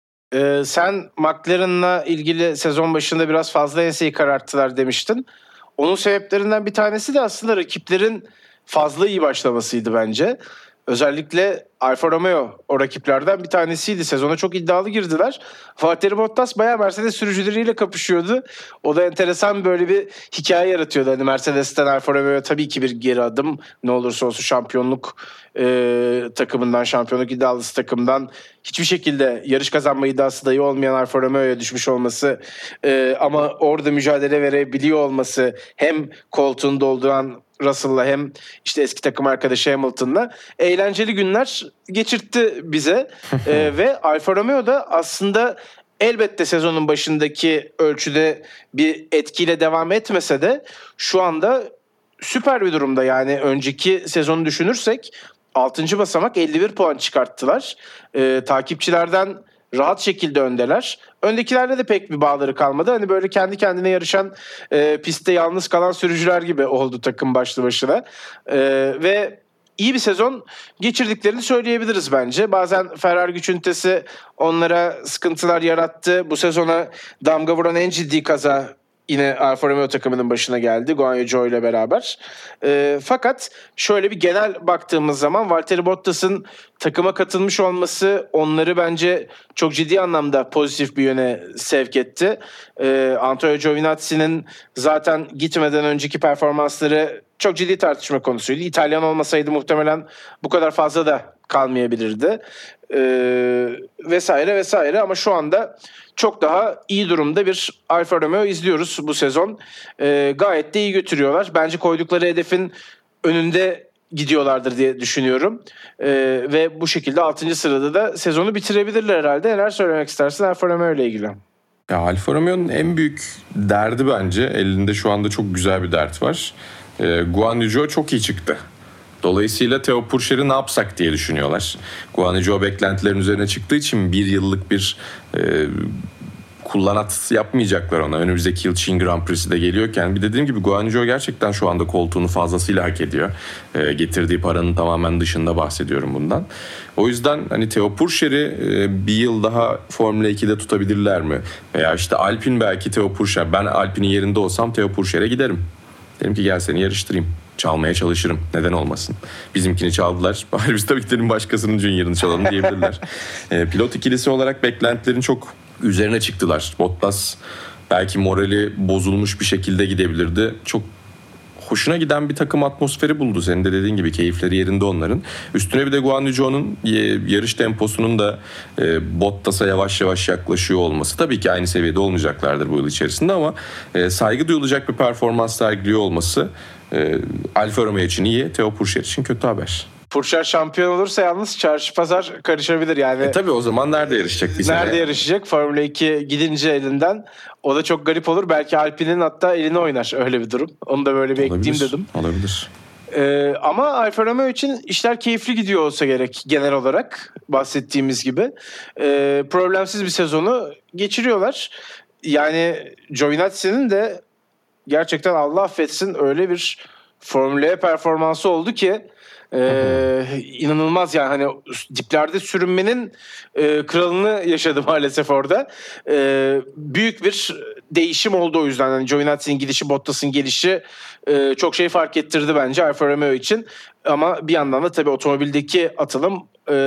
Sen McLaren'la ilgili sezon başında biraz fazla enseyi kararttılar demiştin. Onun sebeplerinden bir tanesi de aslında rakiplerin fazla iyi başlamasıydı bence. Özellikle Alfa Romeo o rakiplerden bir tanesiydi. Sezona çok iddialı girdiler. Valtteri Bottas bayağı Mercedes sürücüleriyle kapışıyordu. O da enteresan böyle bir hikaye yaratıyordu. Hani Mercedes'ten Alfa Romeo tabii ki bir geri adım. Ne olursa olsun şampiyonluk takımından, şampiyonluk iddialısı takımdan hiçbir şekilde yarış kazanma iddiası dahi olmayan Alfa Romeo'ya düşmüş olması ama orada mücadele verebiliyor olması, hem koltuğunu dolduran Russell'la hem işte eski takım arkadaşı Hamilton'la eğlenceli günler geçirtti bize. Ve Alfa Romeo da aslında elbette sezonun başındaki ölçüde bir etkiyle devam etmese de şu anda süper bir durumda. Yani önceki sezonu düşünürsek 6. basamak 51 puan çıkarttılar. Takipçilerden rahat şekilde öndeler. Öndekilerle de pek bir bağları kalmadı. Hani böyle kendi kendine yarışan, pistte yalnız kalan sürücüler gibi oldu takım başlı başına. Ve iyi bir sezon geçirdiklerini söyleyebiliriz bence. Bazen Ferrari güç ünitesi onlara sıkıntılar yarattı. Bu sezona damga vuran en ciddi kaza yine Alfa Romeo takımının başına geldi Guan Yu Zhou ile beraber. Fakat şöyle bir genel baktığımız zaman Valtteri Bottas'ın takıma katılmış olması onları bence çok ciddi anlamda pozitif bir yöne sevk etti. Antonio Giovinazzi'nin zaten gitmeden önceki performansları çok ciddi tartışma konusuydu. İtalyan olmasaydı muhtemelen bu kadar fazla da kalmayabilirdi. Vesaire vesaire ama şu anda çok daha iyi durumda bir Alfa Romeo izliyoruz bu sezon. Gayet de iyi götürüyorlar. Bence koydukları hedefin önünde gidiyorlardır diye düşünüyorum. Ve bu şekilde 6. sırada da sezonu bitirebilirler herhalde. Neler söylemek istersin Alfa Romeo ile ilgili? Ya Alfa Romeo'nun en büyük derdi bence elinde şu anda çok güzel bir dert var. Guan Yu Zhou çok iyi çıktı. Dolayısıyla Theo Pourchaire'i ne yapsak diye düşünüyorlar. Guan Yu Zhou beklentilerin üzerine çıktığı için bir yıllık bir kullanat yapmayacaklar ona. Önümüzdeki yıl Çin Grand Prix'si de geliyorken. Bir dediğim gibi Guan Yu Zhou gerçekten şu anda koltuğunu fazlasıyla hak ediyor. Getirdiği paranın tamamen dışında bahsediyorum bundan. O yüzden hani Theo Pourchaire'i bir yıl daha Formula 2'de tutabilirler mi? Veya işte Alpine belki Theo Pourchaire. Ben Alpine'in yerinde olsam Theo Pourchaire'e giderim. Dedim ki gel seni yarıştırayım. Çalmaya çalışırım. Neden olmasın? Bizimkini çaldılar. Bari biz tabii ki başkasının junior'ını çalalım diyebilirler. Pilot ikilisi olarak beklentilerin çok üzerine çıktılar. Bottas belki morali bozulmuş bir şekilde gidebilirdi. Çok hoşuna giden bir takım atmosferi buldu. Senin de dediğin gibi keyifleri yerinde onların. Üstüne bir de Guan Yu Zhou'nun yarış temposunun da Bottas'a yavaş yavaş yaklaşıyor olması. Tabii ki aynı seviyede olmayacaklardır bu yıl içerisinde ama saygı duyulacak bir performans sergiliyor olması Alfa Romeo için iyi, Theo Pourchaire için kötü haber. Pourchaire şampiyon olursa yalnız çarşı pazar karışabilir yani. Tabii o zaman nerede yarışacak bir sene? Nerede yarışacak? Formula 2 gidince elinden. O da çok garip olur. Belki Alpine'in hatta elini oynar öyle bir durum. Onu da böyle bir ekleyeyim dedim. Olabilir. Ama Alfa Romeo için işler keyifli gidiyor olsa gerek genel olarak bahsettiğimiz gibi. Problemsiz bir sezonu geçiriyorlar. Yani Giovinazzi'nin de gerçekten Allah affetsin öyle bir Formula E performansı oldu ki inanılmaz yani hani diplerde sürünmenin kralını yaşadı maalesef orada. Büyük bir değişim oldu o yüzden. Yani Giovinazzi'nin gidişi, Bottas'ın gelişi çok şey fark ettirdi bence Alfa Romeo için. Ama bir yandan da tabii otomobildeki atılım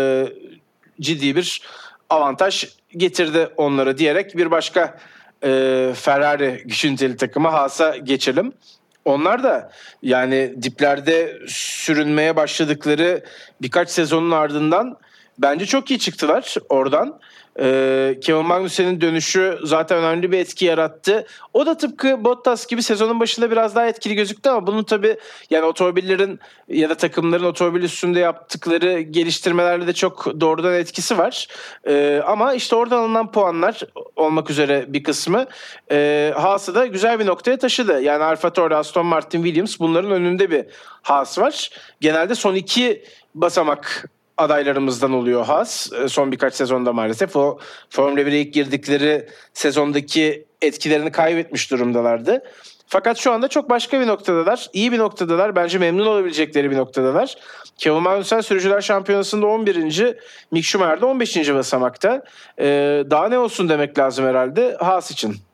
ciddi bir avantaj getirdi onlara diyerek bir başka Ferrari güç üniteli takımı Haas'a geçelim. Onlar da yani diplerde sürünmeye başladıkları birkaç sezonun ardından bence çok iyi çıktılar oradan. Kevin Magnussen'in dönüşü zaten önemli bir etki yarattı. O da tıpkı Bottas gibi sezonun başında biraz daha etkili gözüktü ama bunun tabii yani otomobillerin ya da takımların otomobil üstünde yaptıkları geliştirmelerle de çok doğrudan etkisi var. Ama işte oradan alınan puanlar olmak üzere bir kısmı Haas'ı da güzel bir noktaya taşıdı. Yani AlphaTauri, Aston Martin, Williams bunların önünde bir Haas var. Genelde son 2 basamak adaylarımızdan oluyor Haas. Son birkaç sezonda maalesef o Formula 1'e ilk girdikleri sezondaki etkilerini kaybetmiş durumdalardı. Fakat şu anda çok başka bir noktadalar. İyi bir noktadalar. Bence memnun olabilecekleri bir noktadalar. Kevin Magnussen Sürücüler Şampiyonası'nda 11. Mick Schumacher'de 15. basamakta. Daha ne olsun demek lazım herhalde Haas için.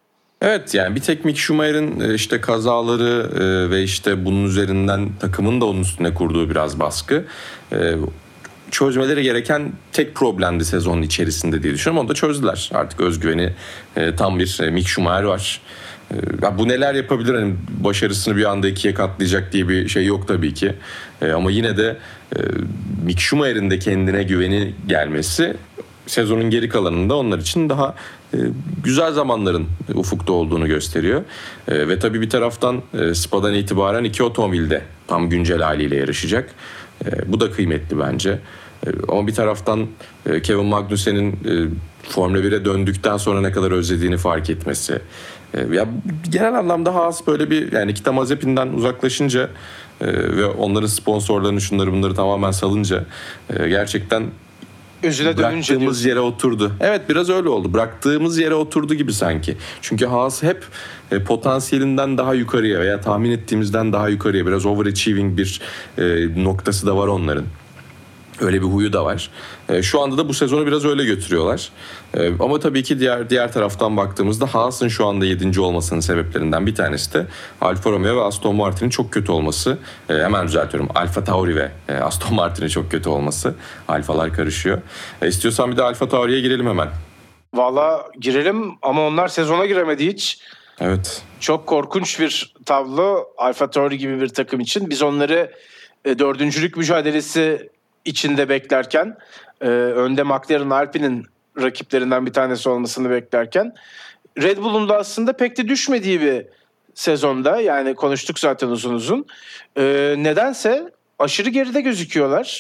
Evet, yani bir tek Mick Schumacher'in işte kazaları ve işte bunun üzerinden takımın da onun üstüne kurduğu biraz baskı çözmeleri gereken tek problemdi sezonun içerisinde diye düşünüyorum. Onu da çözdüler. Artık özgüveni tam bir Mick Schumacher var. Bu neler yapabilir? Hani başarısını bir anda ikiye katlayacak diye bir şey yok tabii ki. Ama yine de Mick Schumacher'in de kendine güveni gelmesi sezonun geri kalanında onlar için daha güzel zamanların ufukta olduğunu gösteriyor. Ve tabii bir taraftan Spa'dan itibaren iki otomobilde tam güncel haliyle yarışacak. Bu da kıymetli bence. Ama bir taraftan Kevin Magnussen'in Formula 1'e döndükten sonra ne kadar özlediğini fark etmesi. Ya genel anlamda Haas böyle bir, yani Nikita Mazepin'den uzaklaşınca ve onların sponsorlarını şunları bunları tamamen salınca gerçekten bıraktığımız yere oturdu. Evet, biraz öyle oldu. Bıraktığımız yere oturdu gibi sanki. Çünkü Haas hep potansiyelinden daha yukarıya veya tahmin ettiğimizden daha yukarıya, biraz overachieving bir noktası da var onların. Öyle bir huyu da var. Şu anda da bu sezonu biraz öyle götürüyorlar. Ama tabii ki diğer taraftan baktığımızda Haas'ın şu anda 7. olmasının sebeplerinden bir tanesi de Alfa Romeo ve Aston Martin'in çok kötü olması. Hemen düzeltiyorum. Alfa Tauri ve Aston Martin'in çok kötü olması. Alfalar karışıyor. İstiyorsan bir de Alfa Tauri'ye girelim hemen. Valla girelim ama onlar sezona giremedi hiç. Evet. Çok korkunç bir tablo Alfa Tauri gibi bir takım için. Biz onları dördüncülük mücadelesi içinde beklerken, önde McLaren, Alpine'in rakiplerinden bir tanesi olmasını beklerken, Red Bull'un da aslında pek de düşmediği bir sezonda, yani konuştuk zaten uzun uzun. Nedense aşırı geride gözüküyorlar.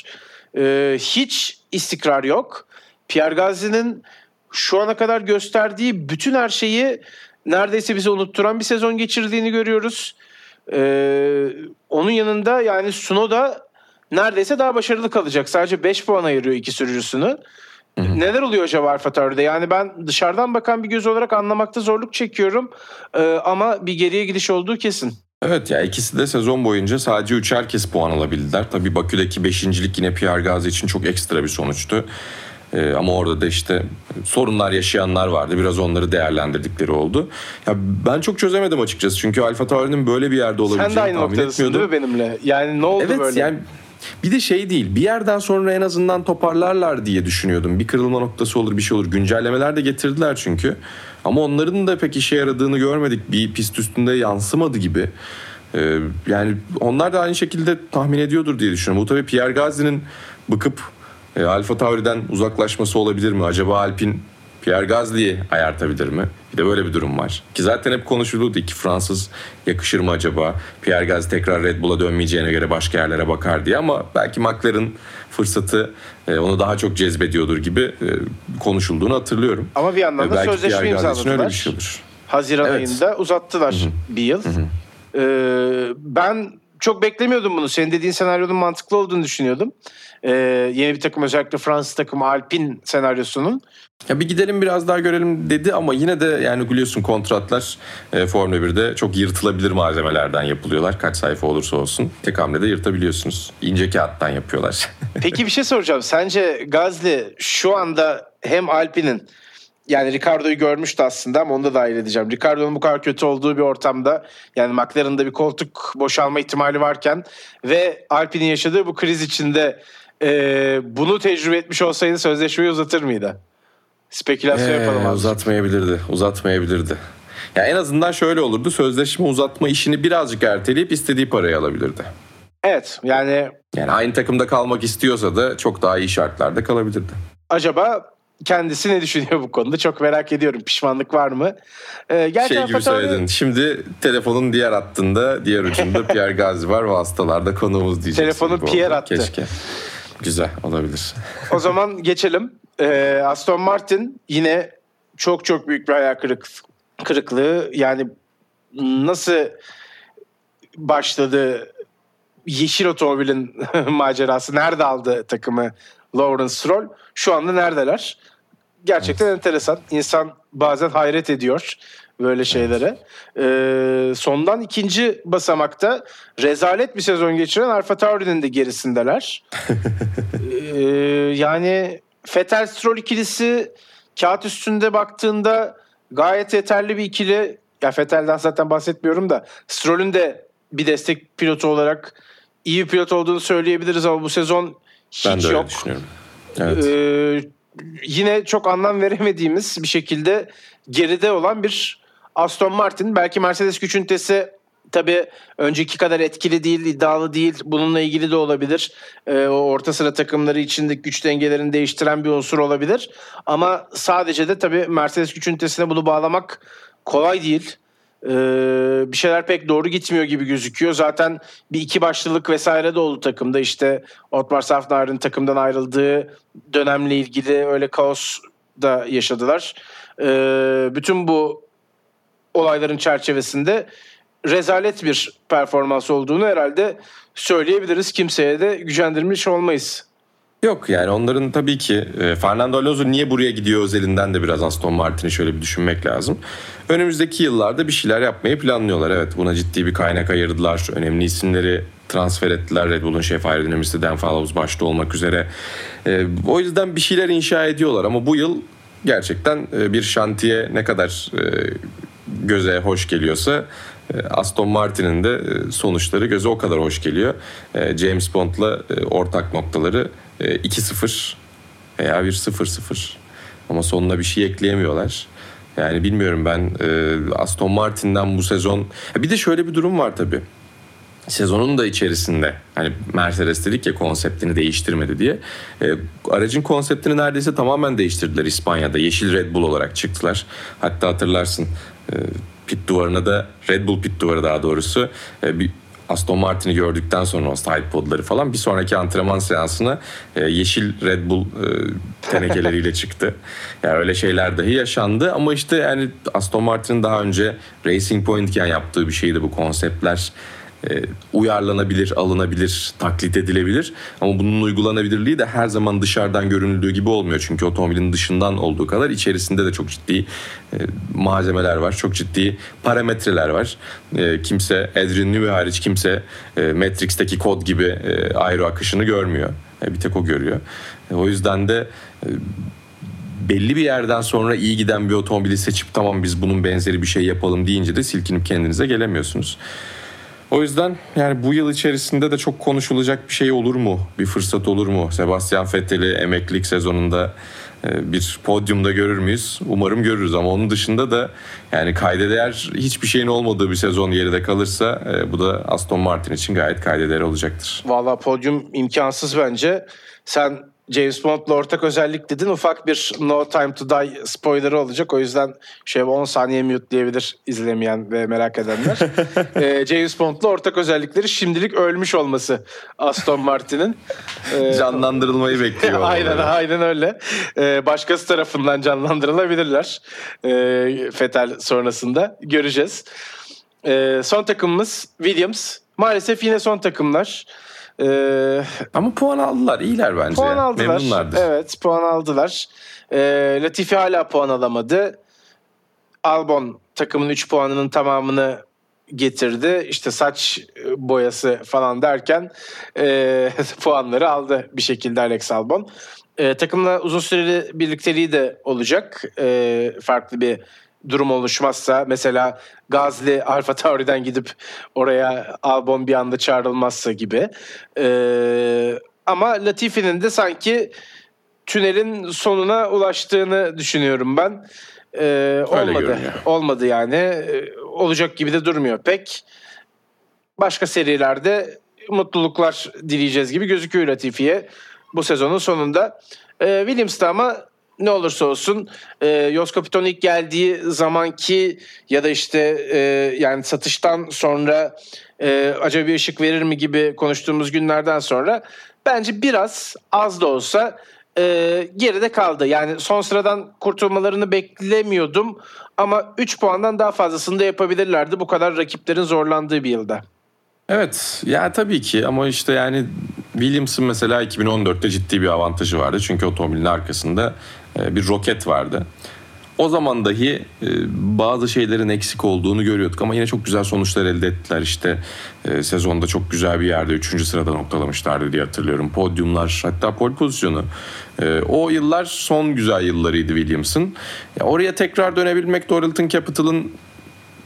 Hiç istikrar yok. Pierre Gasly'nin şu ana kadar gösterdiği bütün her şeyi neredeyse bize unutturan bir sezon geçirdiğini görüyoruz. Onun yanında yani Tsunoda neredeyse daha başarılı kalacak. Sadece 5 puan ayırıyor iki sürücüsünü. Neler oluyor acaba Alfa Tauri'de? Yani ben dışarıdan bakan bir göz olarak anlamakta zorluk çekiyorum. Ama bir geriye gidiş olduğu kesin. Evet ya, ikisi de sezon boyunca sadece 3'er kez puan alabildiler. Tabii Bakü'deki 5.'lik yine Pierre Gasly için çok ekstra bir sonuçtu. Ama orada da işte sorunlar yaşayanlar vardı. Biraz onları değerlendirdikleri oldu. Ya ben çok çözemedim açıkçası. Çünkü Alfa Tauri'nin böyle bir yerde olabileceğini tahmin etmiyordum. Sen de aynı noktadasın değil mi benimle? Yani ne oldu evet, böyle? Yani bir de şey değil, bir yerden sonra en azından toparlarlar diye düşünüyordum. Bir kırılma noktası olur, bir şey olur. Güncellemeler de getirdiler çünkü. Ama onların da pek işe yaradığını görmedik. Bir pist üstünde yansımadı gibi. Yani onlar da aynı şekilde tahmin ediyordur diye düşünüyorum. Bu tabii Pierre Gasly'nin bıkıp Alfa Tauri'den uzaklaşması olabilir mi? Acaba Alpine Pierre Gasly'yi ayartabilir mi? Bir de böyle bir durum var. Ki zaten hep konuşulurdu, iki Fransız yakışır mı acaba? Pierre Gasly tekrar Red Bull'a dönmeyeceğine göre başka yerlere bakar diye, ama belki McLaren fırsatı onu daha çok cezbediyordur gibi konuşulduğunu hatırlıyorum. Ama bir yandan da sözleşme imzaladılar. Öyle bir şey olur. Haziran ayında uzattılar bir yıl. Ben çok beklemiyordum bunu. Senin dediğin senaryonun mantıklı olduğunu düşünüyordum. Yeni bir takım, özellikle Fransız takımı Alpine senaryosunun. Ya bir gidelim biraz daha görelim dedi, ama yine de yani biliyorsun kontratlar Formula 1'de çok yırtılabilir malzemelerden yapılıyorlar. Kaç sayfa olursa olsun tek hamlede yırtabiliyorsunuz. İnce kağıttan yapıyorlar. Peki bir şey soracağım. Sence Gasly şu anda hem Alpine'in, yani Ricardo'yu görmüştü aslında ama onu da dahil edeceğim. Ricardo'nun bu kadar kötü olduğu bir ortamda, yani McLaren'da bir koltuk boşalma ihtimali varken ve Alpine'in yaşadığı bu kriz içinde bunu tecrübe etmiş olsaydı sözleşmeyi uzatır mıydı? Spekülasyon yapalım abi. Uzatmayabilirdi. Ya en azından şöyle olurdu. Sözleşme uzatma işini birazcık erteleyip istediği parayı alabilirdi. Evet, yani aynı takımda kalmak istiyorsa da çok daha iyi şartlarda kalabilirdi. Acaba kendisi ne düşünüyor bu konuda? Çok merak ediyorum. Pişmanlık var mı? Şey gibi söyledin. Şimdi telefonun diğer hattında, diğer ucunda Pierre Gasly var. Vasıtalarda konuğumuz diyeceksin. Telefonun Pierre hattı. Keşke. Güzel olabilir. O zaman geçelim. Aston Martin yine çok çok büyük bir hayal kırıklığı. Yani nasıl başladı yeşil otomobilin macerası? Nerede aldı takımı Lawrence Stroll? Şu anda neredeler? Gerçekten enteresan. İnsan bazen hayret ediyor böyle şeylere. Sondan ikinci basamakta rezalet bir sezon geçiren Alfa Tauri'nin de gerisindeler. Yani Vettel-Stroll ikilisi kağıt üstünde baktığında gayet yeterli bir ikili. Ya Vettel'den zaten bahsetmiyorum da Stroll'ün de bir destek pilotu olarak iyi bir pilot olduğunu söyleyebiliriz ama bu sezon hiç Ben de öyle yok. düşünüyorum. Evet. Yine çok anlam veremediğimiz bir şekilde geride olan bir Aston Martin. Belki Mercedes güç ünitesi tabii önceki kadar etkili değil, iddialı değil. Bununla ilgili de olabilir. O orta sıra takımları içindeki güç dengelerini değiştiren bir unsur olabilir. Ama sadece de tabii Mercedes güç ünitesine bunu bağlamak kolay değil. Bir şeyler pek doğru gitmiyor gibi gözüküyor. Zaten bir iki başlılık vesaire de oldu takımda. İşte Otmar Szafnauer'in takımdan ayrıldığı dönemle ilgili öyle kaos da yaşadılar. Bütün bu olayların çerçevesinde rezalet bir performans olduğunu herhalde söyleyebiliriz. Kimseye de gücendirmiş olmayız. Yok yani onların tabii ki Fernando Alonso niye buraya gidiyor özelinden de biraz Aston Martin'i şöyle bir düşünmek lazım. Önümüzdeki yıllarda bir şeyler yapmayı planlıyorlar. Evet, buna ciddi bir kaynak ayırdılar. Önemli isimleri transfer ettiler. Red Bull'un şef aerodinamisti Dan Fallows başta olmak üzere. O yüzden bir şeyler inşa ediyorlar ama bu yıl gerçekten bir şantiye ne kadar göze hoş geliyorsa Aston Martin'in de sonuçları göze o kadar hoş geliyor. James Bond'la ortak noktaları 2-0 veya 1-0-0 ama sonuna bir şey ekleyemiyorlar. Yani bilmiyorum ben Aston Martin'den bu sezon... Bir de şöyle bir durum var tabii. Sezonun da içerisinde hani Mercedes dedik ya konseptini değiştirmedi diye. Aracın konseptini neredeyse tamamen değiştirdiler İspanya'da. Yeşil Red Bull olarak çıktılar. Hatta hatırlarsın pit duvarına da Red Bull pit duvarı daha doğrusu bir Aston Martin'i gördükten sonra o side podları falan bir sonraki antrenman seansına yeşil Red Bull tenekeleriyle çıktı. Yani öyle şeyler dahi yaşandı ama işte yani Aston Martin'in daha önce Racing Point iken yaptığı bir şeydi bu konseptler. Uyarlanabilir, alınabilir, taklit edilebilir ama bunun uygulanabilirliği de her zaman dışarıdan görünüldüğü gibi olmuyor. Çünkü otomobilin dışından olduğu kadar içerisinde de çok ciddi malzemeler var, çok ciddi parametreler var. Kimse Adrian Newey hariç kimse Matrix'teki kod gibi aero akışını görmüyor. Bir tek o görüyor. O yüzden de belli bir yerden sonra iyi giden bir otomobili seçip tamam biz bunun benzeri bir şey yapalım deyince de silkinip kendinize gelemiyorsunuz. O yüzden yani bu yıl içerisinde de çok konuşulacak bir şey olur mu? Bir fırsat olur mu? Sebastian Vettel'i emeklilik sezonunda bir podyumda görür müyüz? Umarım görürüz ama onun dışında da yani kayda değer hiçbir şeyin olmadığı bir sezon geride kalırsa bu da Aston Martin için gayet kayda değer olacaktır. Vallahi podyum imkansız bence. Sen James Bond'la ortak özellik dedin. Ufak bir No Time to Die spoilerı olacak. O yüzden 10 saniye mute diyebilir izlemeyen ve merak edenler. James Bond'la ortak özellikleri şimdilik ölmüş olması Aston Martin'in. Canlandırılmayı bekliyor. Aynen öyle. Başkası tarafından canlandırılabilirler. Vettel sonrasında göreceğiz. Son takımımız Williams. Maalesef yine son takımlar. Ama puan aldılar. İyiler bence. Puan aldılar. Memnunlardır. Evet, puan aldılar. Latifi hala puan alamadı. Albon takımın 3 puanının tamamını getirdi. İşte saç boyası falan derken puanları aldı bir şekilde Alex Albon. Takımla uzun süreli birlikteliği de olacak. Farklı bir durum oluşmazsa, mesela Gasly Alfa Tauri'den gidip oraya Albon bir anda çağrılmazsa gibi. Ama Latifi'nin de sanki tünelin sonuna ulaştığını düşünüyorum ben. Olmadı yani. Olacak gibi de durmuyor pek. Başka serilerde mutluluklar dileyeceğiz gibi gözüküyor Latifi'ye bu sezonun sonunda. Williams'ta ama ne olursa olsun Jos Capito'nun ilk geldiği zamanki ya da işte yani satıştan sonra acaba bir ışık verir mi gibi konuştuğumuz günlerden sonra bence biraz az da olsa geride kaldı. Yani son sıradan kurtulmalarını beklemiyordum ama 3 puandan daha fazlasını da yapabilirlerdi bu kadar rakiplerin zorlandığı bir yılda. Evet ya tabii ki ama işte yani Williams'ın mesela 2014'te ciddi bir avantajı vardı. Çünkü otomobilin arkasında bir roket vardı. O zaman dahi bazı şeylerin eksik olduğunu görüyorduk ama yine çok güzel sonuçlar elde ettiler. İşte sezonda çok güzel bir yerde 3. sırada noktalamışlardı diye hatırlıyorum. Podyumlar, hatta pole pozisyonu. O yıllar son güzel yıllarıydı Williams'ın. Oraya tekrar dönebilmek Dorilton Capital'ın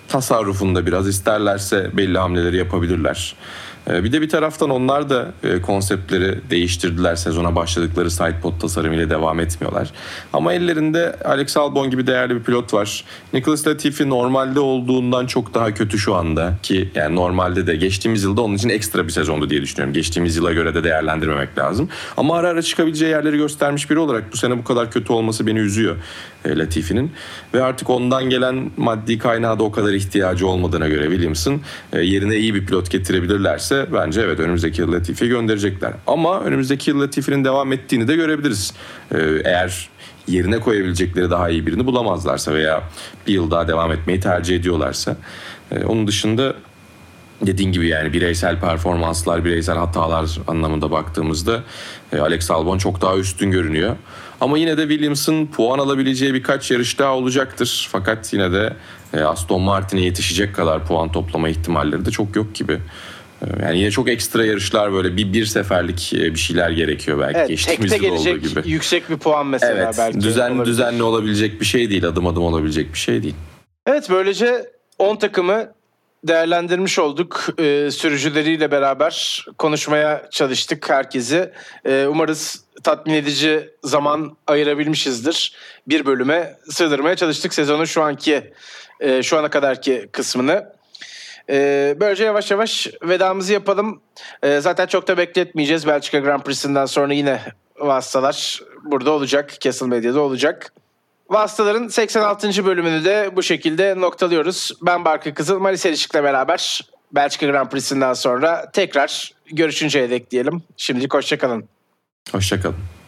tasarrufunda biraz isterlerse belli hamleleri yapabilirler. Bir de bir taraftan onlar da konseptleri değiştirdiler. Sezona başladıkları sidepod tasarımıyla devam etmiyorlar. Ama ellerinde Alex Albon gibi değerli bir pilot var. Nicholas Latifi normalde olduğundan çok daha kötü şu anda. Ki yani normalde de geçtiğimiz yılda onun için ekstra bir sezondu diye düşünüyorum. Geçtiğimiz yıla göre de değerlendirmemek lazım. Ama ara ara çıkabileceği yerleri göstermiş biri olarak bu sene bu kadar kötü olması beni üzüyor Latifi'nin. Ve artık ondan gelen maddi kaynağa da o kadar ihtiyacı olmadığına göre Williams'ın yerine iyi bir pilot getirebilirlerse bence evet önümüzdeki yıl Latifi'yi gönderecekler. Ama önümüzdeki yıl Latifi'nin devam ettiğini de görebiliriz. Eğer yerine koyabilecekleri daha iyi birini bulamazlarsa veya bir yıl daha devam etmeyi tercih ediyorlarsa. Onun dışında dediğin gibi yani bireysel performanslar, bireysel hatalar anlamında baktığımızda Alex Albon çok daha üstün görünüyor. Ama yine de Williams'ın puan alabileceği birkaç yarış daha olacaktır. Fakat yine de Aston Martin'e yetişecek kadar puan toplama ihtimalleri de çok yok gibi. Yani yine çok ekstra yarışlar böyle bir seferlik bir şeyler gerekiyor belki. Evet, geçtiğimiz tekte yıl olduğu gelecek gibi. yüksek bir puan mesela Evet, belki. düzenli olabilecek bir şey değil, adım adım olabilecek bir şey değil. Evet, böylece 10 takımı değerlendirmiş olduk. Sürücüleriyle beraber konuşmaya çalıştık herkesi. Umarız tatmin edici zaman ayırabilmişizdir. Bir bölüme sığdırmaya çalıştık sezonun şu ana kadarki kısmını. Böylece yavaş yavaş vedamızı yapalım. Zaten çok da bekletmeyeceğiz. Belçika Grand Prix'sinden sonra yine vasıtalar burada olacak. Castle Medya'da olacak. Vasıtaların 86. bölümünü de bu şekilde noktalıyoruz. Ben Barkın Kızıl, Mali Selçuk'le beraber Belçika Grand Prix'sinden sonra tekrar görüşünceye dek diyelim. Şimdilik hoşça kalın. Hoşça kalın.